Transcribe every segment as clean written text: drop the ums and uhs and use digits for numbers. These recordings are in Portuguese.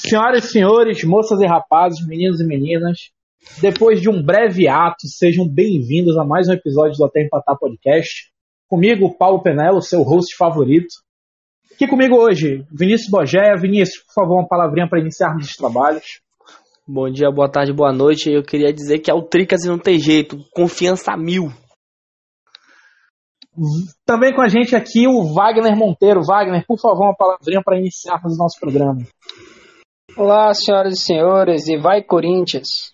Senhoras e senhores, moças e rapazes, meninos e meninas, depois de um breve ato, sejam bem-vindos a mais um episódio do Até Empatar Podcast. Comigo, Paulo Penelo, seu host favorito. Aqui comigo hoje, Vinícius Bogéia. Vinícius, por favor, uma palavrinha para iniciarmos os trabalhos. Bom dia, boa tarde, boa noite. Eu queria dizer que é o Tricas e não tem jeito. Confiança 1000. Também com a gente aqui o Wagner Monteiro. Wagner, por favor, uma palavrinha para iniciarmos o nosso programa. Olá, senhoras e senhores, e vai Corinthians!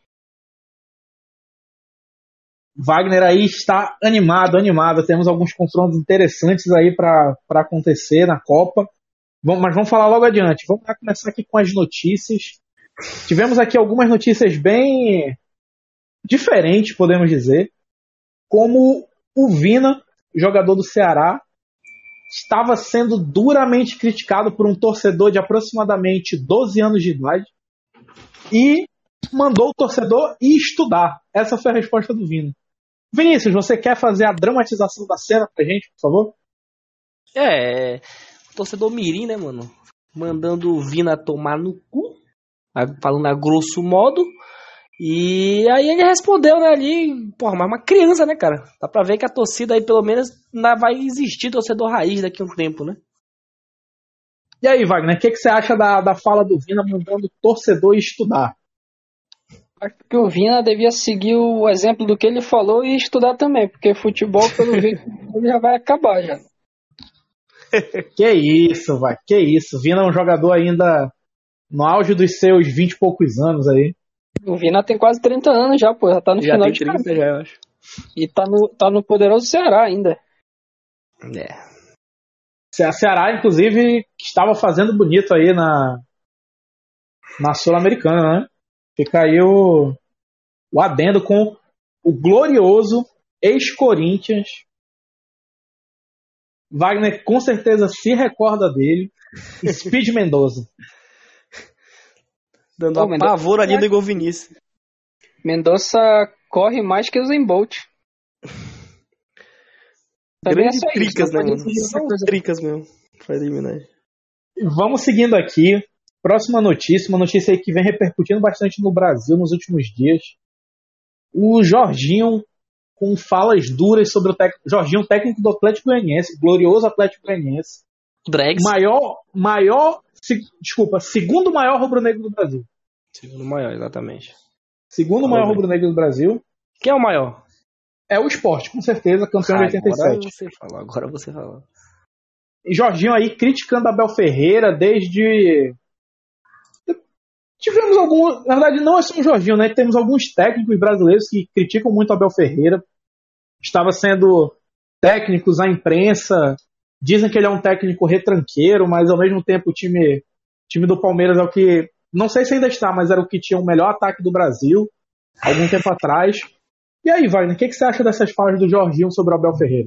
Wagner aí está animado. Temos alguns confrontos interessantes aí para acontecer na Copa. Mas vamos falar logo adiante. Vamos lá começar aqui com as notícias. Tivemos aqui algumas notícias bem diferentes, podemos dizer. Como o Vina, jogador do Ceará, estava sendo duramente criticado por um torcedor de aproximadamente 12 anos de idade e mandou o torcedor ir estudar. Essa foi a resposta do Vina. Vinícius, você quer fazer a dramatização da cena pra gente, por favor? Torcedor mirim, né, mano? Mandando o Vina tomar no cu, falando a grosso modo. E aí ele respondeu, né, ali, porra, mas uma criança, né, cara? Dá pra ver que a torcida aí, pelo menos, ainda vai existir torcedor raiz daqui a um tempo, né? E aí, Wagner, o que você acha da fala do Vina mandando o torcedor estudar? Acho que o Vina devia seguir o exemplo do que ele falou e estudar também, porque futebol, pelo jeito, ele já vai acabar, já. Que isso, vai, que isso. Vina é um jogador ainda no auge dos seus 20 e poucos anos aí. O Vina tem quase 30 anos já, pô. Já tá no já final tem de 30 carreira. já, eu acho. E tá no poderoso Ceará ainda. Ceará, inclusive, estava fazendo bonito aí na Sul-Americana, né? Fica aí o adendo com o glorioso ex-Corinthians. Wagner com certeza se recorda dele. Speed Mendoza. Dando uma pavor ali do Igor Vinícius. Mendoza corre mais que o Usain Bolt. Grande Tricas, né, mano? São Tricas mesmo. Pra eliminar. Vamos seguindo aqui. Próxima notícia. Uma notícia aí que vem repercutindo bastante no Brasil nos últimos dias. O Jorginho com falas duras sobre o técnico. Jorginho, técnico do Atlético Goianiense. Glorioso Atlético Goianiense. Dregs. Segundo maior rubro-negro do Brasil. Segundo maior, exatamente. Segundo maior rubro-negro do Brasil. Quem é o maior? É o Sport, com certeza, campeão de 87. Agora você falou. E Jorginho aí criticando Abel Ferreira desde... Tivemos alguns... Na verdade, não é só o Jorginho, né? Temos alguns técnicos brasileiros que criticam muito Abel Ferreira. Estava sendo técnicos, a imprensa... Dizem que ele é um técnico retranqueiro, mas ao mesmo tempo o time do Palmeiras é o que... Não sei se ainda está, mas era o que tinha o melhor ataque do Brasil, algum tempo atrás. E aí, Wagner, o que você acha dessas falas do Jorginho sobre o Abel Ferreira?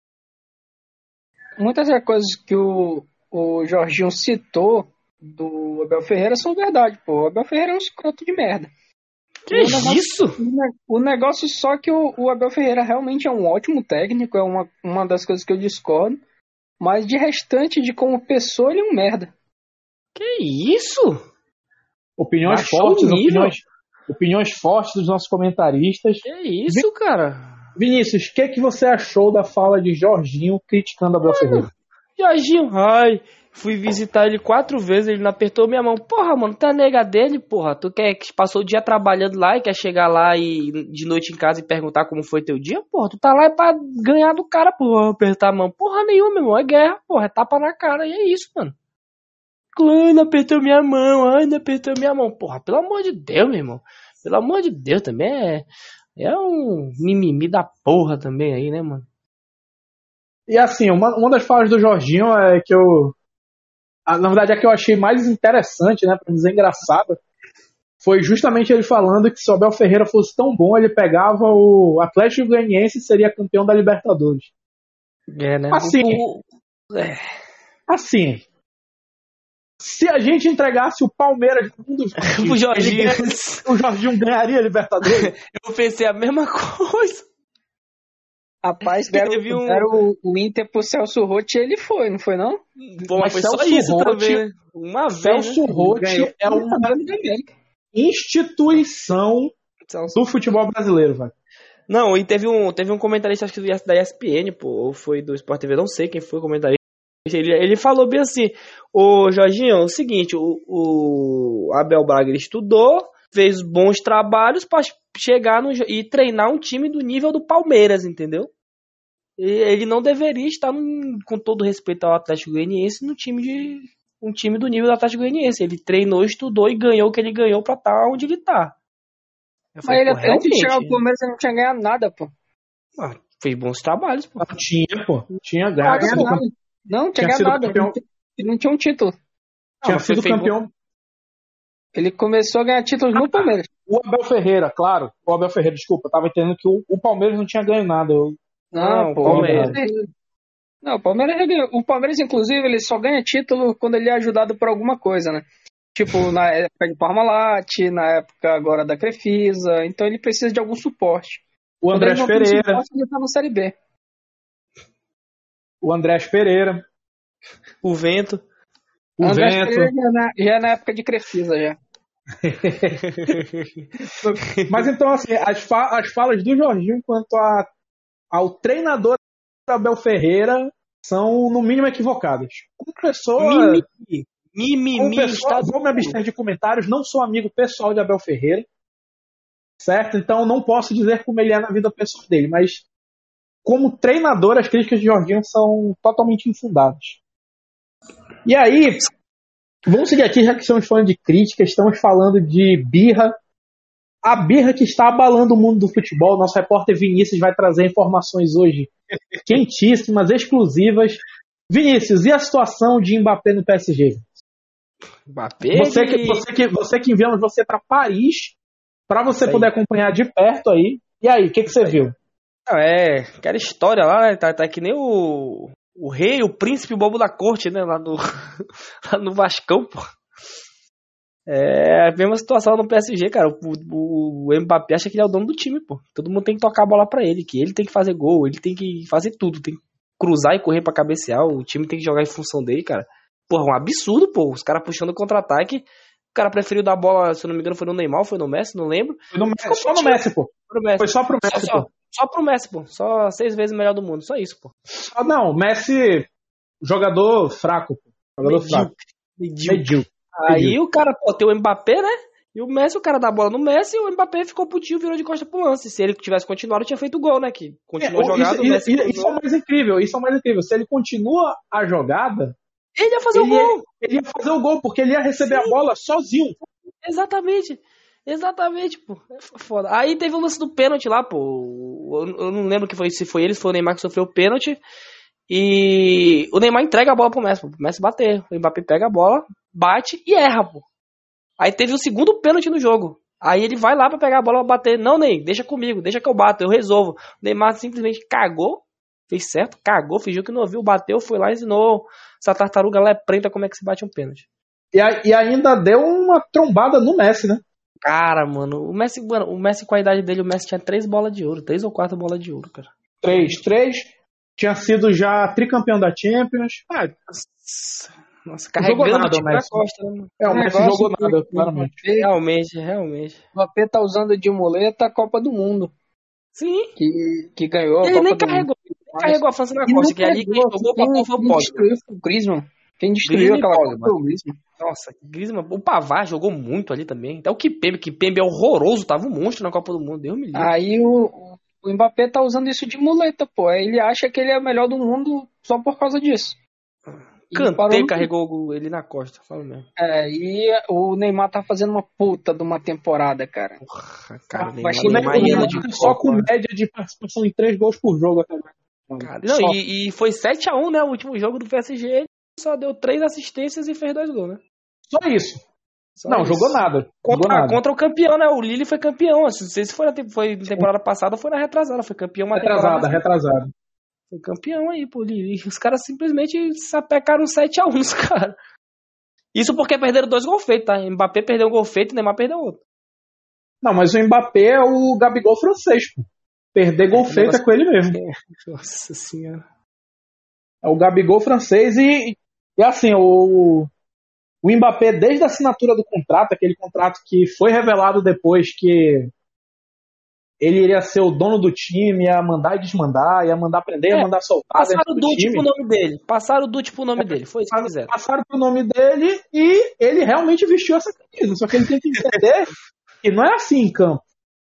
Muitas das coisas que o Jorginho citou do Abel Ferreira são verdade, pô. O Abel Ferreira é um escroto de merda. Que isso? O negócio só que o Abel Ferreira realmente é um ótimo técnico, é uma das coisas que eu discordo. Mas de restante, de como pessoa, ele é um merda. Que isso? Opiniões fortes dos nossos comentaristas. Que isso, cara? Vinícius, o que você achou da fala de Jorginho criticando a Abel Ferreira? Jorginho, fui visitar ele 4 vezes, ele não apertou minha mão. Porra, mano, tá nega dele, porra. Tu que passou o dia trabalhando lá e quer chegar lá e de noite em casa e perguntar como foi teu dia? Porra, tu tá lá pra ganhar do cara, porra, apertar a mão. Porra nenhuma, meu irmão, é guerra, porra, é tapa na cara e é isso, mano. Não apertou minha mão. Porra, pelo amor de Deus, meu irmão. Pelo amor de Deus, também é um mimimi da porra também aí, né, mano? E assim, uma das falas do Jorginho é que na verdade, a que eu achei mais interessante, né, pra dizer engraçada, foi justamente ele falando que se o Abel Ferreira fosse tão bom, ele pegava o Atlético Goianiense e seria campeão da Libertadores. Né? Assim, se a gente entregasse o Palmeiras o Jorginho, o Jorginho ganharia a Libertadores? Eu pensei a mesma coisa. Rapaz, deram o Inter pro Celso Rotti e ele foi, não foi não? Bom, mas foi só isso também, né? Uma vez, Celso Rotti é uma instituição do futebol brasileiro, velho. Não, e teve um comentarista, acho que da ESPN, pô, ou foi do Sport TV, não sei quem foi o comentarista. Ele falou bem assim: ô Jorginho, é o seguinte, o Abel Braga ele estudou, fez bons trabalhos pra chegar e treinar um time do nível do Palmeiras, entendeu? E ele não deveria estar, com todo respeito ao Atlético Goianiense, um time do nível do Atlético Goianiense. Ele treinou, estudou e ganhou o que ele ganhou pra estar onde ele tá. Mas ele até antes de chegar ao Palmeiras ele não tinha ganhado nada, pô. Fez bons trabalhos, pô. Tinha ganhado. Não tinha ganhado nada. Ele não tinha um título. Tinha sido campeão. Ele começou a ganhar títulos no Palmeiras. O Abel Ferreira, claro. O Abel Ferreira, desculpa. Eu tava entendendo que o Palmeiras não tinha ganho nada. Não, o Palmeiras. Não, o Palmeiras já ganhou. O Palmeiras, inclusive, ele só ganha título quando ele é ajudado por alguma coisa, né? Tipo, na época de Parmalat, na época agora da Crefisa. Então ele precisa de algum suporte. O Andrés Pereira. Suporte, ele tá na Série B. O Andrés Pereira. O Vento. O Vento. Pereira já é na época de Crefisa, já. Mas então, assim, as falas do Jorginho quanto ao treinador Abel Ferreira são, no mínimo, equivocadas. Como pessoa... Vou me abster de comentários, não sou amigo pessoal de Abel Ferreira, certo? Então não posso dizer como ele é na vida pessoal dele, mas como treinador as críticas de Jorginho são totalmente infundadas. E aí, vamos seguir aqui, já que estamos falando de crítica, estamos falando de birra, a birra que está abalando o mundo do futebol. Nosso repórter Vinícius vai trazer informações hoje quentíssimas, exclusivas. Vinícius, e a situação de Mbappé no PSG? Mbappé, você que enviamos você para Paris para você poder acompanhar de perto aí. E aí, o que você viu? Aquela história lá, né? Tá que nem o rei, o príncipe, o bobo da corte, né? Lá no Vascão, pô. É a mesma situação no PSG, cara. O Mbappé acha que ele é o dono do time, pô. Todo mundo tem que tocar a bola pra ele, que ele tem que fazer gol, ele tem que fazer tudo, tem que cruzar e correr pra cabecear, o time tem que jogar em função dele, cara. Porra, um absurdo, pô. Os caras puxando contra-ataque. O cara preferiu dar a bola, se eu não me engano, foi no Neymar, foi no Messi, não lembro. Só no Messi, pô. Foi só pro Messi, pô. Só pro Messi, pô. Só 6 vezes o melhor do mundo, só isso, pô. Não, Messi, jogador fraco, pô. Medíocre. Aí o cara, pô, tem o Mbappé, né? E o Messi, o cara dá a bola no Messi, e o Mbappé ficou putinho, virou de costa pro lance. Se ele tivesse continuado, tinha feito gol, né? Que continuou jogado, o Messi... Isso é o mais incrível. Se ele continua a jogada... Ele ia fazer o gol. Ele ia fazer o gol, porque ele ia receber a bola sozinho. Exatamente, pô. É foda. Aí teve o lance do pênalti lá, pô. Eu não lembro se foi ele, se foi o Neymar que sofreu o pênalti. E o Neymar entrega a bola pro Messi, pô. O Messi bater. O Mbappé pega a bola, bate e erra, pô. Aí teve o segundo pênalti no jogo. Aí ele vai lá pra pegar a bola pra bater. Não, Ney, deixa comigo, deixa que eu bato, eu resolvo. O Neymar simplesmente cagou, fez certo, cagou, fingiu que não ouviu, bateu, foi lá e ensinou essa tartaruga lá é preta como é que se bate um pênalti. E ainda deu uma trombada no Messi, né? Cara, mano, o Messi com a idade dele, o Messi tinha 3 bolas de ouro, 3 ou 4 bolas de ouro, cara. 3. Tinha sido já tricampeão da Champions. Nossa, carregando o time na costa, né? O Messi jogou nada, claramente. Realmente. O Mbappé tá usando de muleta a Copa do Mundo. Sim. Que ganhou ele a Copa nem do carregou, Mundo. Ele carregou a França na costa, que ali quem jogou pra pôr foi o Pogba. Quem destruiu aquela Copa foi o Griezmann. Nossa, Griezmann. O Pavard jogou muito ali também. Até o Kimpembe é horroroso, tava um monstro na Copa do Mundo, Deus me livre. Aí o Mbappé tá usando isso de muleta, pô. Ele acha que ele é o melhor do mundo só por causa disso. Kanté carregou ele na costa, fala mesmo. E o Neymar tá fazendo uma puta de uma temporada, cara. Porra, cara, o Neymar só com média de participação em 3 gols por jogo até agora. Cara, não, e foi 7-1, né? O último jogo do PSG, ele só deu 3 assistências e fez 2 gols, né? Só isso. Jogou nada. Contra o campeão, né? O Lille foi campeão. Não sei se foi na temporada passada ou foi na retrasada. Foi campeão uma temporada. Retrasada. Foi campeão aí, pô. E os caras simplesmente sapecaram 7-1 nos caras. Isso porque perderam 2 gols feitos, tá? Mbappé perdeu um gol feito e Neymar perdeu outro. Não, mas o Mbappé é o Gabigol francês, pô. Perder gol feito é com ele mesmo. Nossa senhora. É o Gabigol francês e assim, o Mbappé, desde a assinatura do contrato, aquele contrato que foi revelado depois que ele iria ser o dono do time, ia mandar e desmandar, ia mandar prender, ia mandar soltar. Passaram o Dutch pro nome dele. Passaram o Dutch pro nome dele. Foi isso que fizeram. Passaram pro nome dele e ele realmente vestiu essa camisa. Só que ele tem que entender que não é assim em campo.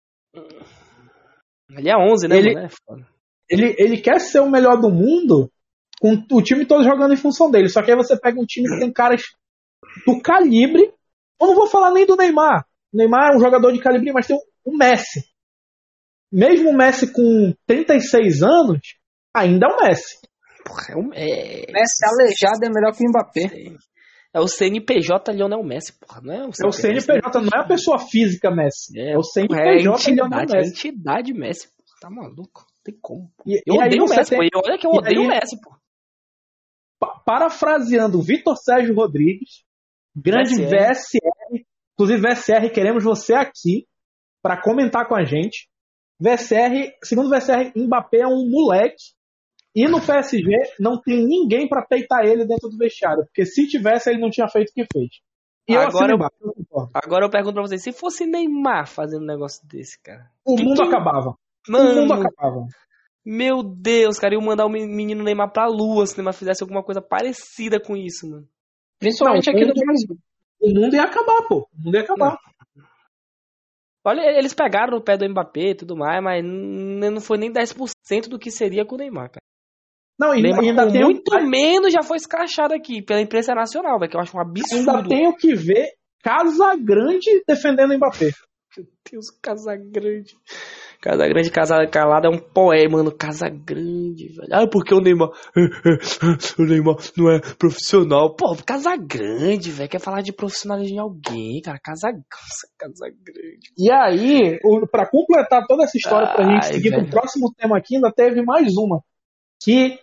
Ele é 11, né, mano? Ele quer ser o melhor do mundo com o time todo jogando em função dele. Só que aí você pega um time que tem caras do calibre. Eu não vou falar nem do Neymar. O Neymar é um jogador de calibre, mas tem o Messi. Mesmo o Messi com 36 anos, ainda é o Messi. Porra, Messi aleijado é melhor que o Mbappé. É o CNPJ Lionel Messi, porra. Não é o CNPJ, não é a pessoa física Messi. É o CNPJ Lionel Messi. É a entidade Messi, porra. Tá maluco? Não tem como. Eu odeio o Messi, pô. Olha que eu odeio o Messi, pô. Parafraseando o Vitor Sérgio Rodrigues, grande VSR. Inclusive, VSR, queremos você aqui para comentar com a gente. VSR, segundo o VSR, Mbappé é um moleque e no PSG não tem ninguém para peitar ele dentro do vestiário, porque se tivesse ele não tinha feito o que fez. E agora eu pergunto pra vocês, se fosse Neymar fazendo um negócio desse, cara, o mundo acabava. Mano, o mundo acabava. Meu Deus, cara, eu ia mandar o menino Neymar pra lua se o Neymar fizesse alguma coisa parecida com isso, mano. Principalmente aqui no Brasil. O mundo ia acabar, pô. O mundo ia acabar. Olha, eles pegaram no pé do Mbappé e tudo mais, mas não foi nem 10% do que seria com o Neymar, cara. Não, ainda tem muito menos já foi escrachado aqui pela imprensa nacional, velho, que eu acho um absurdo. Ainda tenho que ver Casagrande defendendo o Mbappé. Meu Deus, Casagrande. Casagrande calado é um poema, mano. Casagrande, velho. Ah, porque o Neymar não é profissional. Pô, Casagrande, velho. Quer falar de profissionalismo de alguém, cara. Casagrande. E aí, pra completar toda essa história, pra gente seguir pro próximo tema aqui, ainda teve mais uma. Que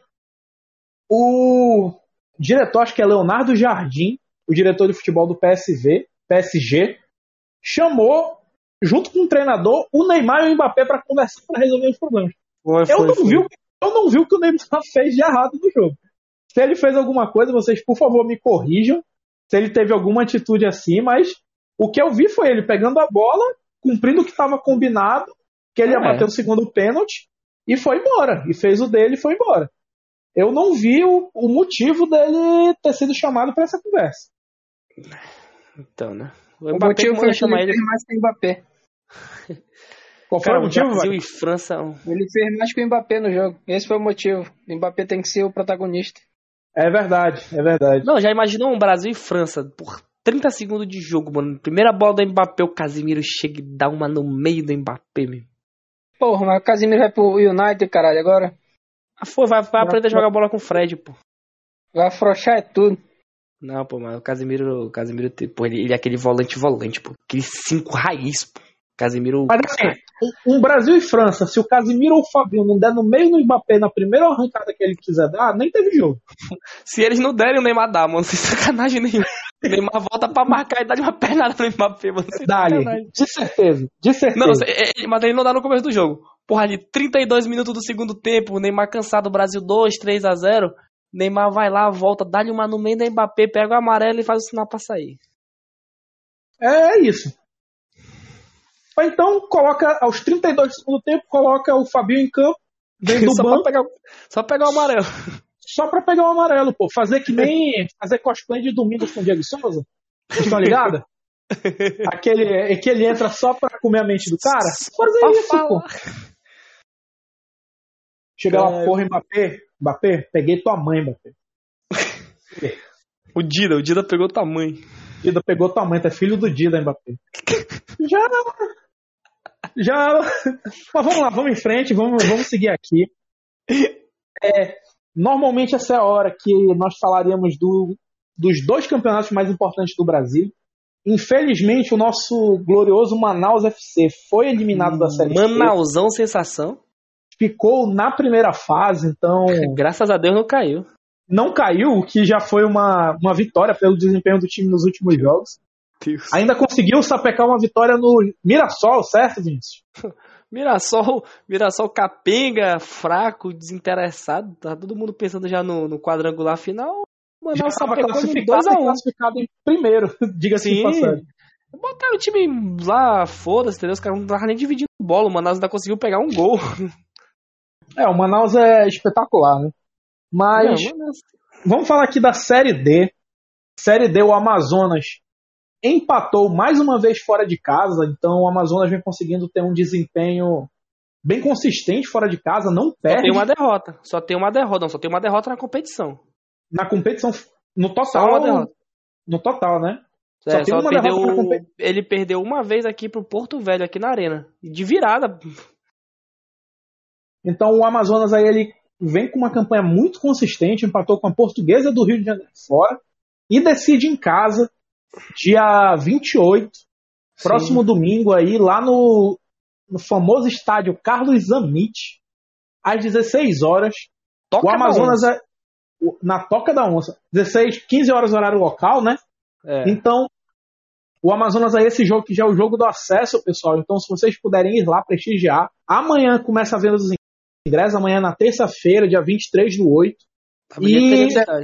o diretor, acho que é Leonardo Jardim, o diretor de futebol do PSG, chamou, junto com o treinador, o Neymar e o Mbappé para conversar, para resolver os problemas. Eu não vi o que o Neymar fez de errado no jogo. Se ele fez alguma coisa, vocês, por favor, me corrijam. Se ele teve alguma atitude assim, mas o que eu vi foi ele pegando a bola, cumprindo o que estava combinado, que ele ia bater o segundo pênalti, e foi embora. E fez o dele e foi embora. Eu não vi o motivo dele ter sido chamado para essa conversa. Então, né? O motivo foi que ele fez mais que o Mbappé. Qual foi o motivo? Brasil e França. Ele fez mais que o Mbappé no jogo. Esse foi o motivo. O Mbappé tem que ser o protagonista. É verdade. Não, já imaginou um Brasil e França por 30 segundos de jogo, mano. Primeira bola do Mbappé, o Casemiro chega e dá uma no meio do Mbappé, meu. Porra, mas o Casemiro vai pro United, caralho, agora? Vai aprender a jogar bola com o Fred, pô. Vai afrouxar é tudo. Não, pô, mas o Casemiro pô, ele é aquele volante, pô. Aquele 5 raiz, pô. Casemiro... Mas assim, um Brasil e França, se o Casemiro ou o Fabinho não der no meio do Mbappé na primeira arrancada que ele quiser dar, nem teve jogo. Se eles não derem, o Neymar dá, mano. Sem sacanagem nenhuma. O Neymar volta pra marcar e dá uma pernada no Mbappé, mano. Dá-lhe, de certeza. Não, mas ele não dá no começo do jogo. Porra, ali, 32 minutos do segundo tempo, o Neymar cansado, Brasil 2, 3-0. Neymar vai lá, volta, dá-lhe uma no meio do Mbappé, pega o amarelo e faz o sinal pra sair. É isso. Ou então, coloca aos 32 do segundo tempo, coloca o Fabinho em campo, dentro do banco. Só pegar o amarelo. Só pra pegar o amarelo, pô. Fazer que nem fazer cosplay de Domingos com o Diego Souza. Vocês estão ligados? Aquele que ele entra só pra comer a mente do cara. Fazer isso, pô. Chega lá, porra, Mbappé, peguei tua mãe, Mbappé. O Dida pegou tua mãe. Dida pegou tua mãe, tu é filho do Dida, Mbappé. Já. Mas vamos lá, vamos em frente, vamos seguir aqui. Normalmente essa é a hora que nós falaríamos dos dois campeonatos mais importantes do Brasil. Infelizmente, o nosso glorioso Manaus FC foi eliminado da Série C. Manausão sensação. Ficou na primeira fase, então... Graças a Deus não caiu. Não caiu, o que já foi uma vitória pelo desempenho do time nos últimos jogos. Deus. Ainda conseguiu sapecar uma vitória no Mirassol, certo, Vinícius? Mirassol capenga, fraco, desinteressado. Tá todo mundo pensando já no quadrangular final. Já Manaus estava sapecou no classificado 2x1. classificado em primeiro, diga-se de Sim. passagem. Botaram o time lá, foda-se, entendeu? Os caras não estavam nem dividindo bola. O Manaus ainda conseguiu pegar um gol. O Manaus é espetacular, né? Mas vamos falar aqui da Série D. Série D, o Amazonas empatou mais uma vez fora de casa, então o Amazonas vem conseguindo ter um desempenho bem consistente fora de casa, não perde. Só tem uma derrota. Só tem uma derrota na competição. Na competição, no total. Só uma derrota. No total, né? Só tem uma derrota na competição. Ele perdeu uma vez aqui pro Porto Velho, aqui na Arena. De virada. Então o Amazonas aí, ele vem com uma campanha muito consistente, empatou com a Portuguesa do Rio de Janeiro fora e decide em casa, dia 28, próximo domingo aí, lá no famoso estádio Carlos Zammit, às 16 horas. Toca o Amazonas na Toca da Onça. 15 horas horário local, né? Então, o Amazonas aí, esse jogo que já é o jogo do acesso, pessoal. Então, se vocês puderem ir lá prestigiar, amanhã começa a venda dos ingressos, amanhã na terça-feira, dia 23/8. E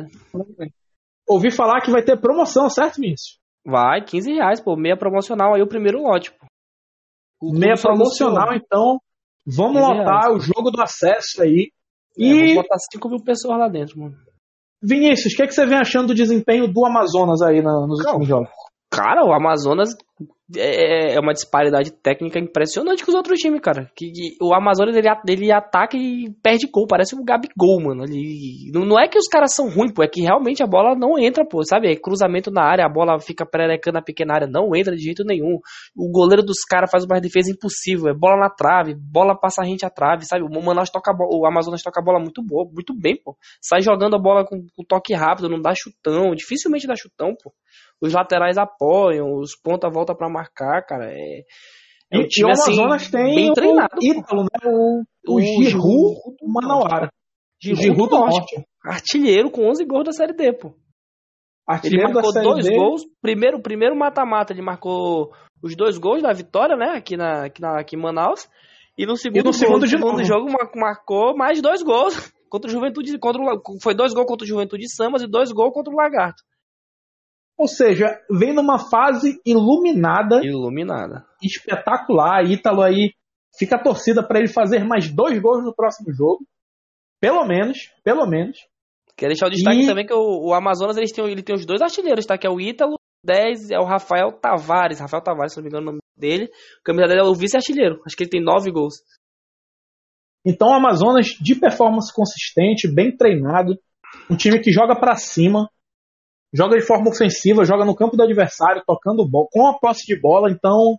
ouvi falar que vai ter promoção, certo, Vinícius? Vai, R$15, pô, meia promocional aí, o primeiro lote, pô. Meia promocional, então, vamos lotar o jogo do acesso aí. Vamos botar 5.000 pessoas lá dentro, mano. Vinícius, o que você vem achando do desempenho do Amazonas aí nos últimos jogos? Cara, o Amazonas é uma disparidade técnica impressionante com os outros times, cara. O Amazonas, ele ataca e perde gol, parece um Gabigol, mano. Não é que os caras são ruins, pô, é que realmente a bola não entra, pô, sabe? É cruzamento na área, a bola fica pererecando na pequena área, não entra de jeito nenhum. O goleiro dos caras faz uma defesa impossível, é bola na trave, bola passa a gente à trave, sabe? O Amazonas toca a bola muito boa, muito bem, pô. Sai jogando a bola com toque rápido, não dá chutão, dificilmente dá chutão, pô. Os laterais apoiam, os pontas voltam pra marcar, cara. Um time, o Amazonas assim, tem bem treinado. O Ítalo, né? O Giroud do Manauara. Giroud do Norte. Artilheiro com 11 gols da Série D, pô. Ele marcou 2 gols. Primeiro mata-mata, ele marcou os 2 gols da vitória, né? Aqui em Manaus. E no segundo jogo marcou mais 2 gols. Contra o Juventude. Foi 2 gols contra o Juventude Samas e 2 gols contra o Lagarto. Ou seja, vem numa fase iluminada. Espetacular. Ítalo aí, fica a torcida para ele fazer mais 2 gols no próximo jogo. Pelo menos. Quero deixar o destaque também que o Amazonas ele tem os 2 artilheiros, tá? Que é o Ítalo, 10 é o Rafael Tavares, se não me engano o nome dele. O camisa dele é o vice-artilheiro. Acho que ele tem 9 gols. Então o Amazonas de performance consistente, bem treinado. Um time que joga para cima. Joga de forma ofensiva, joga no campo do adversário, tocando bola, com a posse de bola, então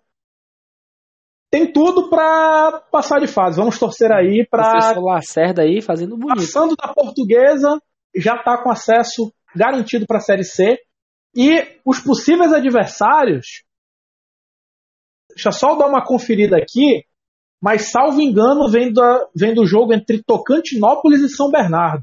tem tudo para passar de fase. Vamos torcer aí para. O professor Lacerda aí fazendo bonito. Passando da Portuguesa, já está com acesso garantido para a Série C. E os possíveis adversários, deixa eu só dar uma conferida aqui, mas salvo engano, vem do jogo entre Tocantinópolis e São Bernardo.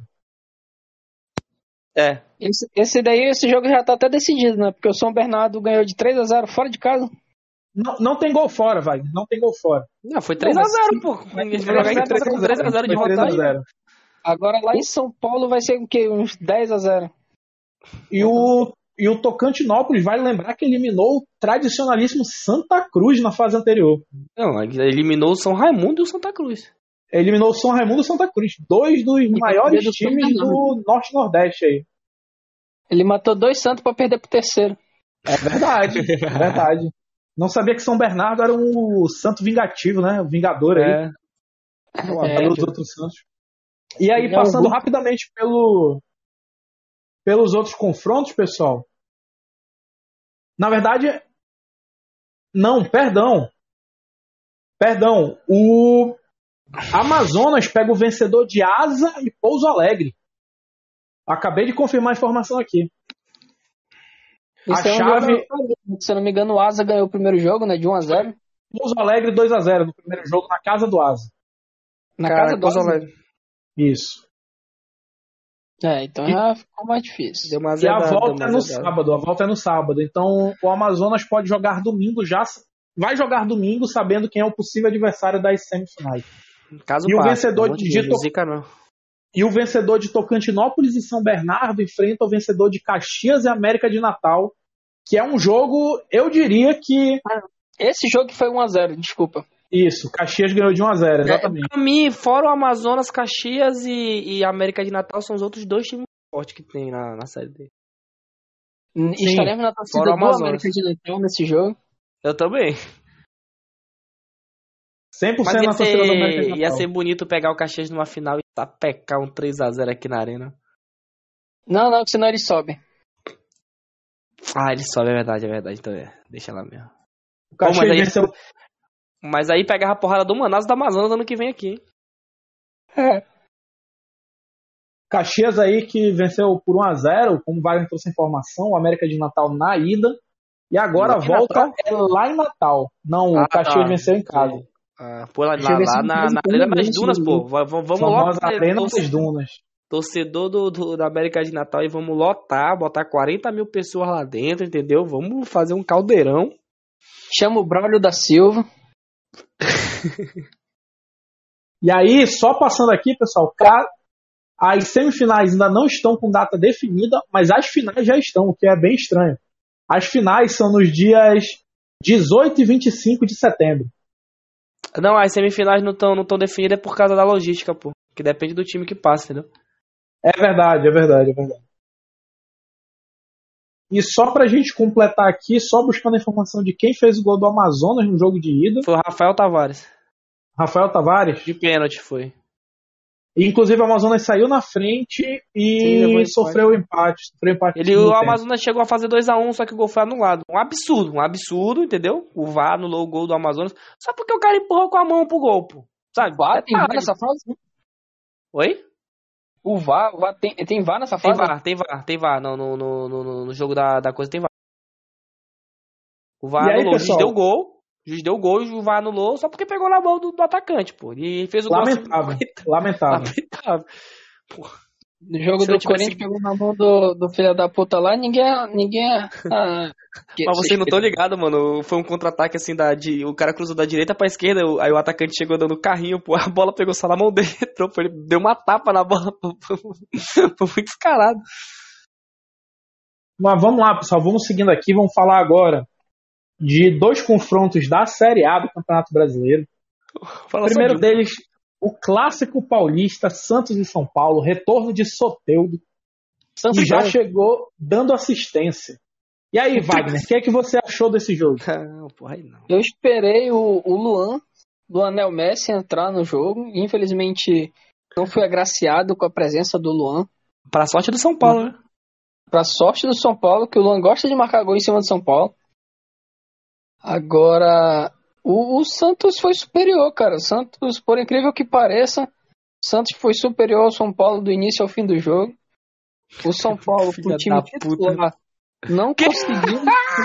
Esse jogo já tá até decidido, né? Porque o São Bernardo ganhou de 3-0 fora de casa. Não tem gol fora, vai. Não tem gol fora. Não, foi 3-0, pô. Ninguém vai jogar em 3-0 de vantagem. Agora lá em São Paulo vai ser o quê? Uns 10-0. E o Tocantinópolis, vale lembrar que eliminou o tradicionalíssimo Santa Cruz na fase anterior. Não, eliminou o São Raimundo e o Santa Cruz. Eliminou o São Raimundo e o Santa Cruz. 2 dos maiores times do Norte-Nordeste aí. Ele matou 2 Santos pra perder pro terceiro. É verdade, é verdade. Não sabia que São Bernardo era um santo vingativo, né? O vingador aí. Pelos outros santos. E aí, passando rapidamente pelos outros confrontos, pessoal. Na verdade, perdão. O Amazonas pega o vencedor de Asa e Pouso Alegre. Acabei de confirmar a informação aqui. Se eu não me engano, o Asa ganhou o primeiro jogo, né? De 1-0. Pouso Alegre 2-0 no primeiro jogo, na casa do Asa. Na casa do Asa? Isso. Então já ficou mais difícil. E a volta é no sábado. Então o Amazonas pode jogar domingo já vai jogar domingo sabendo quem é o possível adversário das semifinais. Caso E o passe, vencedor não de zica, não. E o vencedor de Tocantinópolis e São Bernardo enfrenta o vencedor de Caxias e América de Natal, que é um jogo, eu diria que... Esse jogo foi 1-0, desculpa. Isso, Caxias ganhou de 1-0, exatamente. Pra mim, fora o Amazonas, Caxias e América de Natal, são os outros dois times fortes que tem na Série D. Estaremos na torcida do América de Natal nesse jogo. Eu também. 100% na torcida do América de Natal. Ia ser bonito pegar o Caxias numa final e tapecar um 3-0 aqui na arena. Não, que senão ele sobe. Ah, ele sobe, é verdade. Então deixa lá mesmo. O Caxias venceu... Mas aí pegava a porrada do Manaus do Amazonas ano que vem aqui, hein? Caxias aí que venceu por 1-0, como Wagner trouxe informação, o América de Natal na ida. E agora a volta é lá em Natal. Não, o Caxias venceu em casa. Pô, lá na Arena das Dunas, pô. Vamos logo. Arena das Dunas. Torcedor da América de Natal e vamos lotar, botar 40 mil pessoas lá dentro, entendeu? Vamos fazer um caldeirão. Chama o Braulio da Silva. E aí, só passando aqui, pessoal, as semifinais ainda não estão com data definida, mas as finais já estão, o que é bem estranho. As finais são nos dias 18 e 25 de setembro. Não, as semifinais não estão definidas por causa da logística, pô. Que depende do time que passa, entendeu? É verdade. E só pra gente completar aqui, só buscando a informação de quem fez o gol do Amazonas no jogo de ida. Foi o Rafael Tavares. Rafael Tavares? De pênalti foi. E, inclusive o Amazonas saiu na frente e sofreu o empate. O Amazonas chegou a fazer 2-1, só que o gol foi anulado. Um absurdo, entendeu? O VAR anulou o gol do Amazonas só porque o cara empurrou com a mão pro gol, pô. Sabe? Tem VAR nessa fase? Oi? O VAR tem VAR nessa fase? Tem VAR. No jogo da coisa tem VAR. O VAR aí, anulou, pessoal? O juiz deu gol e o VAR anulou só porque pegou na mão do atacante, pô. E fez o gol. Lamentável. Pô. No jogo do Corinthians pegou na mão do filho da puta lá, ninguém mas vocês não estão ligados, mano. Foi um contra-ataque assim, o cara cruzou da direita pra esquerda, aí o atacante chegou dando carrinho, pô, a bola pegou só na mão dele, entrou, pô, ele deu uma tapa na bola, pô, foi muito descarado. Mas vamos lá, pessoal, vamos seguindo aqui, vamos falar agora de dois confrontos da Série A do Campeonato Brasileiro. O primeiro deles, o clássico paulista, Santos e São Paulo, retorno de Soteldo, que já chegou dando assistência. E aí, Wagner, o que é que você achou desse jogo? Não, porra, aí não. Eu esperei o Luanel Messi entrar no jogo. Infelizmente, não fui agraciado com a presença do Luan. Pra sorte do São Paulo, né? Pra sorte do São Paulo, que o Luan gosta de marcar gol em cima do São Paulo. Agora, o Santos foi superior, cara. O Santos, por incrível que pareça, o Santos foi superior ao São Paulo do início ao fim do jogo. O São Paulo, pro time titular, não conseguiu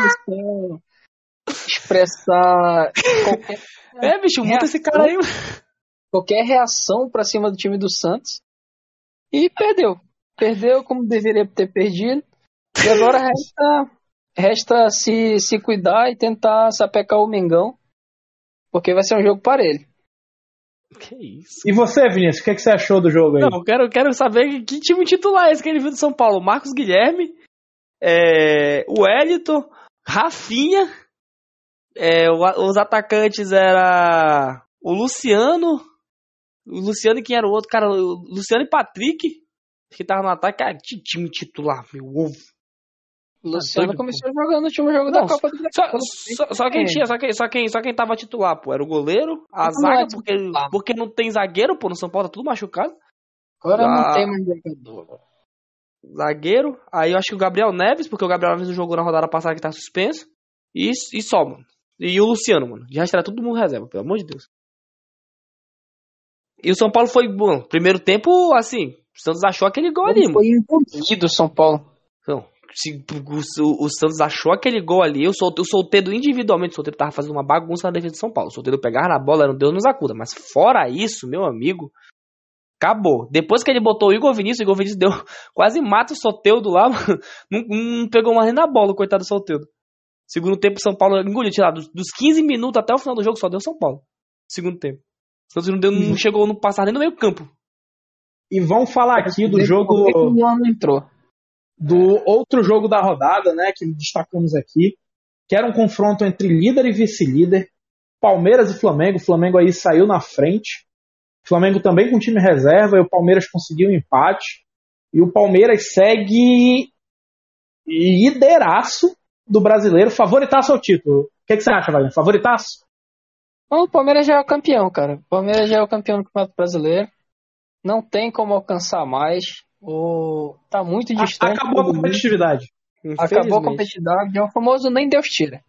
expressar qualquer... bicho, muda esse cara aí. Qualquer reação pra cima do time do Santos. E perdeu. Perdeu como deveria ter perdido. E agora resta se cuidar e tentar sapecar o Mengão. Porque vai ser um jogo parelho. Que isso? E você, Vinícius, o que você achou do jogo aí? Não, quero saber que time titular é esse que ele viu do São Paulo. Marcos Guilherme, o Wellington, Rafinha, os atacantes era o Luciano e quem era o outro? Cara, o Luciano e Patrick, que tava no ataque. Cara, que time titular, meu ovo. O Luciano começou jogando no último jogo da Copa do Brasil. Só quem tava titular, pô, era o goleiro, a zaga, porque não tem zagueiro, pô, no São Paulo tá tudo machucado. Agora não tem mais jogador. Zagueiro, aí eu acho que o Gabriel Neves, porque o Gabriel Neves não jogou na rodada passada que tá suspenso. E só, mano. E o Luciano, mano. De resto era todo mundo reserva, pelo amor de Deus. E o São Paulo foi, bom, primeiro tempo, assim, o Santos achou aquele gol ali, mano. Foi envolvido o São Paulo. Então, o Santos achou aquele gol ali, o Soteldo individualmente, o Soteldo tava fazendo uma bagunça na defesa do São Paulo. O Soteldo pegava na bola, era um Deus nos acuda. Mas fora isso, meu amigo, acabou. Depois que ele botou o Igor Vinícius quase mata o Soteldo lá, mano. Não pegou mais nem na bola, o coitado do Soteldo. Segundo tempo, o São Paulo engoliu, dos 15 minutos até o final do jogo, só deu São Paulo. Segundo tempo. O Santos não chegou, não passar nem no meio campo. E vamos falar aqui do jogo... não entrou. Do outro jogo da rodada, né, que destacamos aqui, que era um confronto entre líder e vice-líder, Palmeiras e Flamengo. O Flamengo aí saiu na frente. O Flamengo também com time reserva, e o Palmeiras conseguiu um empate. E o Palmeiras segue lideraço do brasileiro, favoritaço ao título. O que você acha, Wagner? Favoritaço? O Palmeiras já é o campeão, cara. O Palmeiras já é o campeão do Campeonato Brasileiro. Não tem como alcançar mais. Tá muito distante. Acabou a competitividade. Acabou a competitividade. É o famoso nem Deus tira.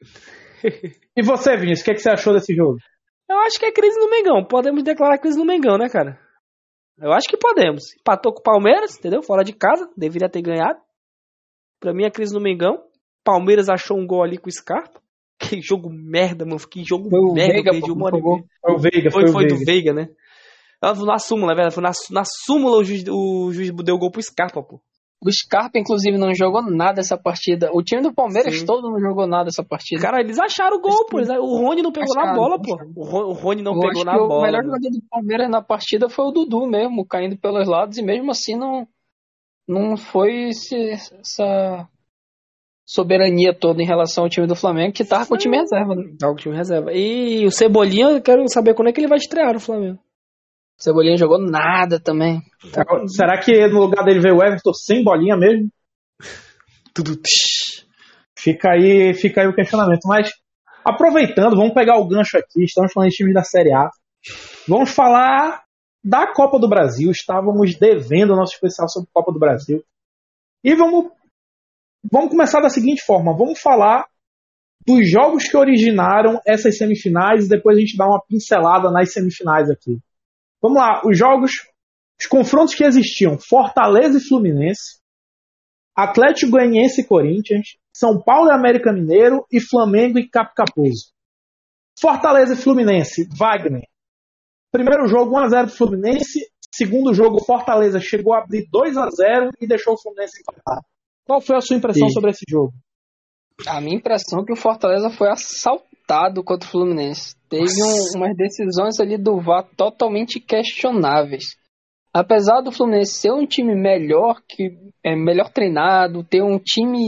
E você, Vinícius, o que você achou desse jogo? Eu acho que é crise no Mengão. Podemos declarar crise no Mengão, né, cara? Eu acho que podemos. Empatou com o Palmeiras, entendeu? Fora de casa. Deveria ter ganhado. Pra mim é crise no Mengão. Palmeiras achou um gol ali com o Scarpa. Que jogo merda, mano. Que jogo merda. Veiga, perdi uma hora e meia. Foi o Veiga. Foi do Veiga, né? Na súmula, velho. Foi na súmula o juiz deu gol pro Scarpa, pô. O Scarpa, inclusive, não jogou nada essa partida. O time do Palmeiras todo não jogou nada essa partida. Cara, eles acharam o gol, pô. O Rony não pegou na bola, pô. O Rony não pegou na bola. O melhor jogador do Palmeiras na partida foi o Dudu mesmo, caindo pelos lados. E mesmo assim não foi essa soberania toda em relação ao time do Flamengo, que tava com o time reserva. Né? Tava com o time reserva. E o Cebolinha, eu quero saber quando é que ele vai estrear no Flamengo. O Cebolinha jogou nada também. Será que no lugar dele veio o Everton sem bolinha mesmo? Tudo. Fica aí o questionamento. Mas, aproveitando, vamos pegar o gancho aqui. Estamos falando de time da Série A. Vamos falar da Copa do Brasil. Estávamos devendo o nosso especial sobre a Copa do Brasil. E vamos começar da seguinte forma. Vamos falar dos jogos que originaram essas semifinais e depois a gente dá uma pincelada nas semifinais aqui. Vamos lá, os confrontos que existiam: Fortaleza e Fluminense, Atlético Goianiense e Corinthians, São Paulo e América Mineiro e Flamengo e Capicapozo. Fortaleza e Fluminense, Wagner. Primeiro jogo 1-0 pro Fluminense, segundo jogo Fortaleza chegou a abrir 2-0 e deixou o Fluminense empatar. Qual foi a sua impressão sobre esse jogo? A minha impressão é que o Fortaleza foi assaltado contra o Fluminense. Teve umas decisões ali do VAR totalmente questionáveis. Apesar do Fluminense ser um time melhor, melhor treinado, ter um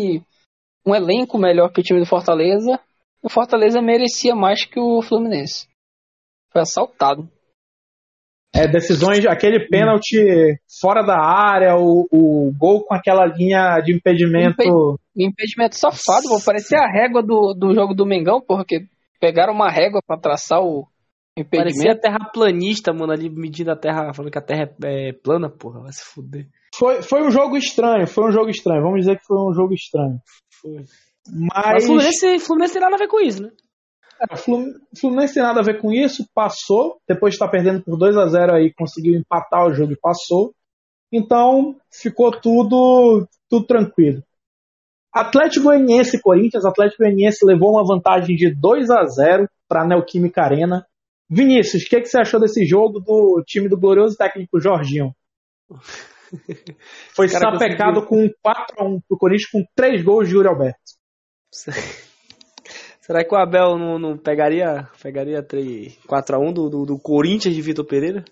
elenco melhor que o time do Fortaleza, o Fortaleza merecia mais que o Fluminense. Foi assaltado. Decisões, aquele pênalti fora da área, o gol com aquela linha de impedimento. Impedimento safado, pô, parecia a régua do jogo do Mengão, porque pegaram uma régua pra traçar o impedimento. Parecia terraplanista, mano, ali medindo a terra, falando que a terra é plana, porra, vai se fuder. Foi um jogo estranho, vamos dizer que foi um jogo estranho. Foi. Mas o Fluminense tem nada a ver com isso, né? O Fluminense tem nada a ver com isso, passou, depois de estar perdendo por 2-0 aí, conseguiu empatar o jogo e passou. Então, ficou tudo tranquilo. Atlético Goianiense e Corinthians. Atlético Goianiense levou uma vantagem de 2-0 para a Neoquímica Arena. Vinícius, o que você achou desse jogo do time do glorioso técnico Jorginho? Foi sapecado com 4-1 pro Corinthians com 3 gols de Yuri Alberto. Será que o Abel não pegaria 4-1 do Corinthians de Vitor Pereira?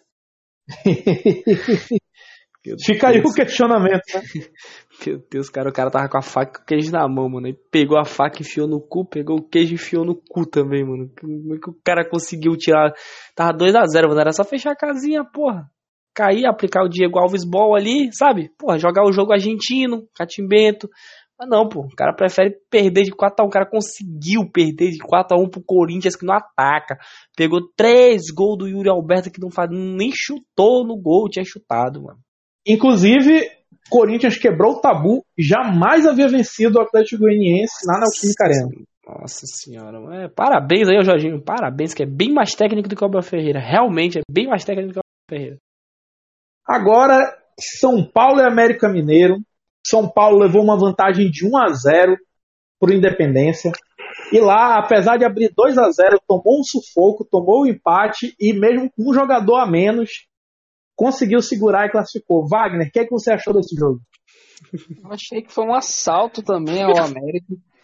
Fica aí o questionamento, né? Meu Deus, cara, o cara tava com a faca e o queijo na mão, mano. Ele pegou a faca e enfiou no cu, pegou o queijo e enfiou no cu também, mano. Como é que o cara conseguiu tirar? Tava 2-0, mano. Era só fechar a casinha, porra. Cair, aplicar o Diego Alves Ball ali, sabe? Porra, jogar o jogo argentino, catimbento. Mas não, pô. O cara prefere perder de 4-1. O cara conseguiu perder de 4-1 pro Corinthians, que não ataca. Pegou 3 gols do Yuri Alberto, que nem chutou no gol. Tinha chutado, mano. Inclusive, Corinthians quebrou o tabu, jamais havia vencido o Atlético Goianiense na Neoquímica Arena. Nossa senhora, parabéns aí ao Jorginho, parabéns, que é bem mais técnico do que o Abel Ferreira, realmente é bem mais técnico do que o Abel Ferreira. Agora, São Paulo e América Mineiro. São Paulo levou uma vantagem de 1-0 para o Independência, e lá, apesar de abrir 2-0, tomou um sufoco, tomou o empate, e mesmo com um jogador a menos, conseguiu segurar e classificou. Wagner, o que você achou desse jogo? Eu achei que foi um assalto também ao América.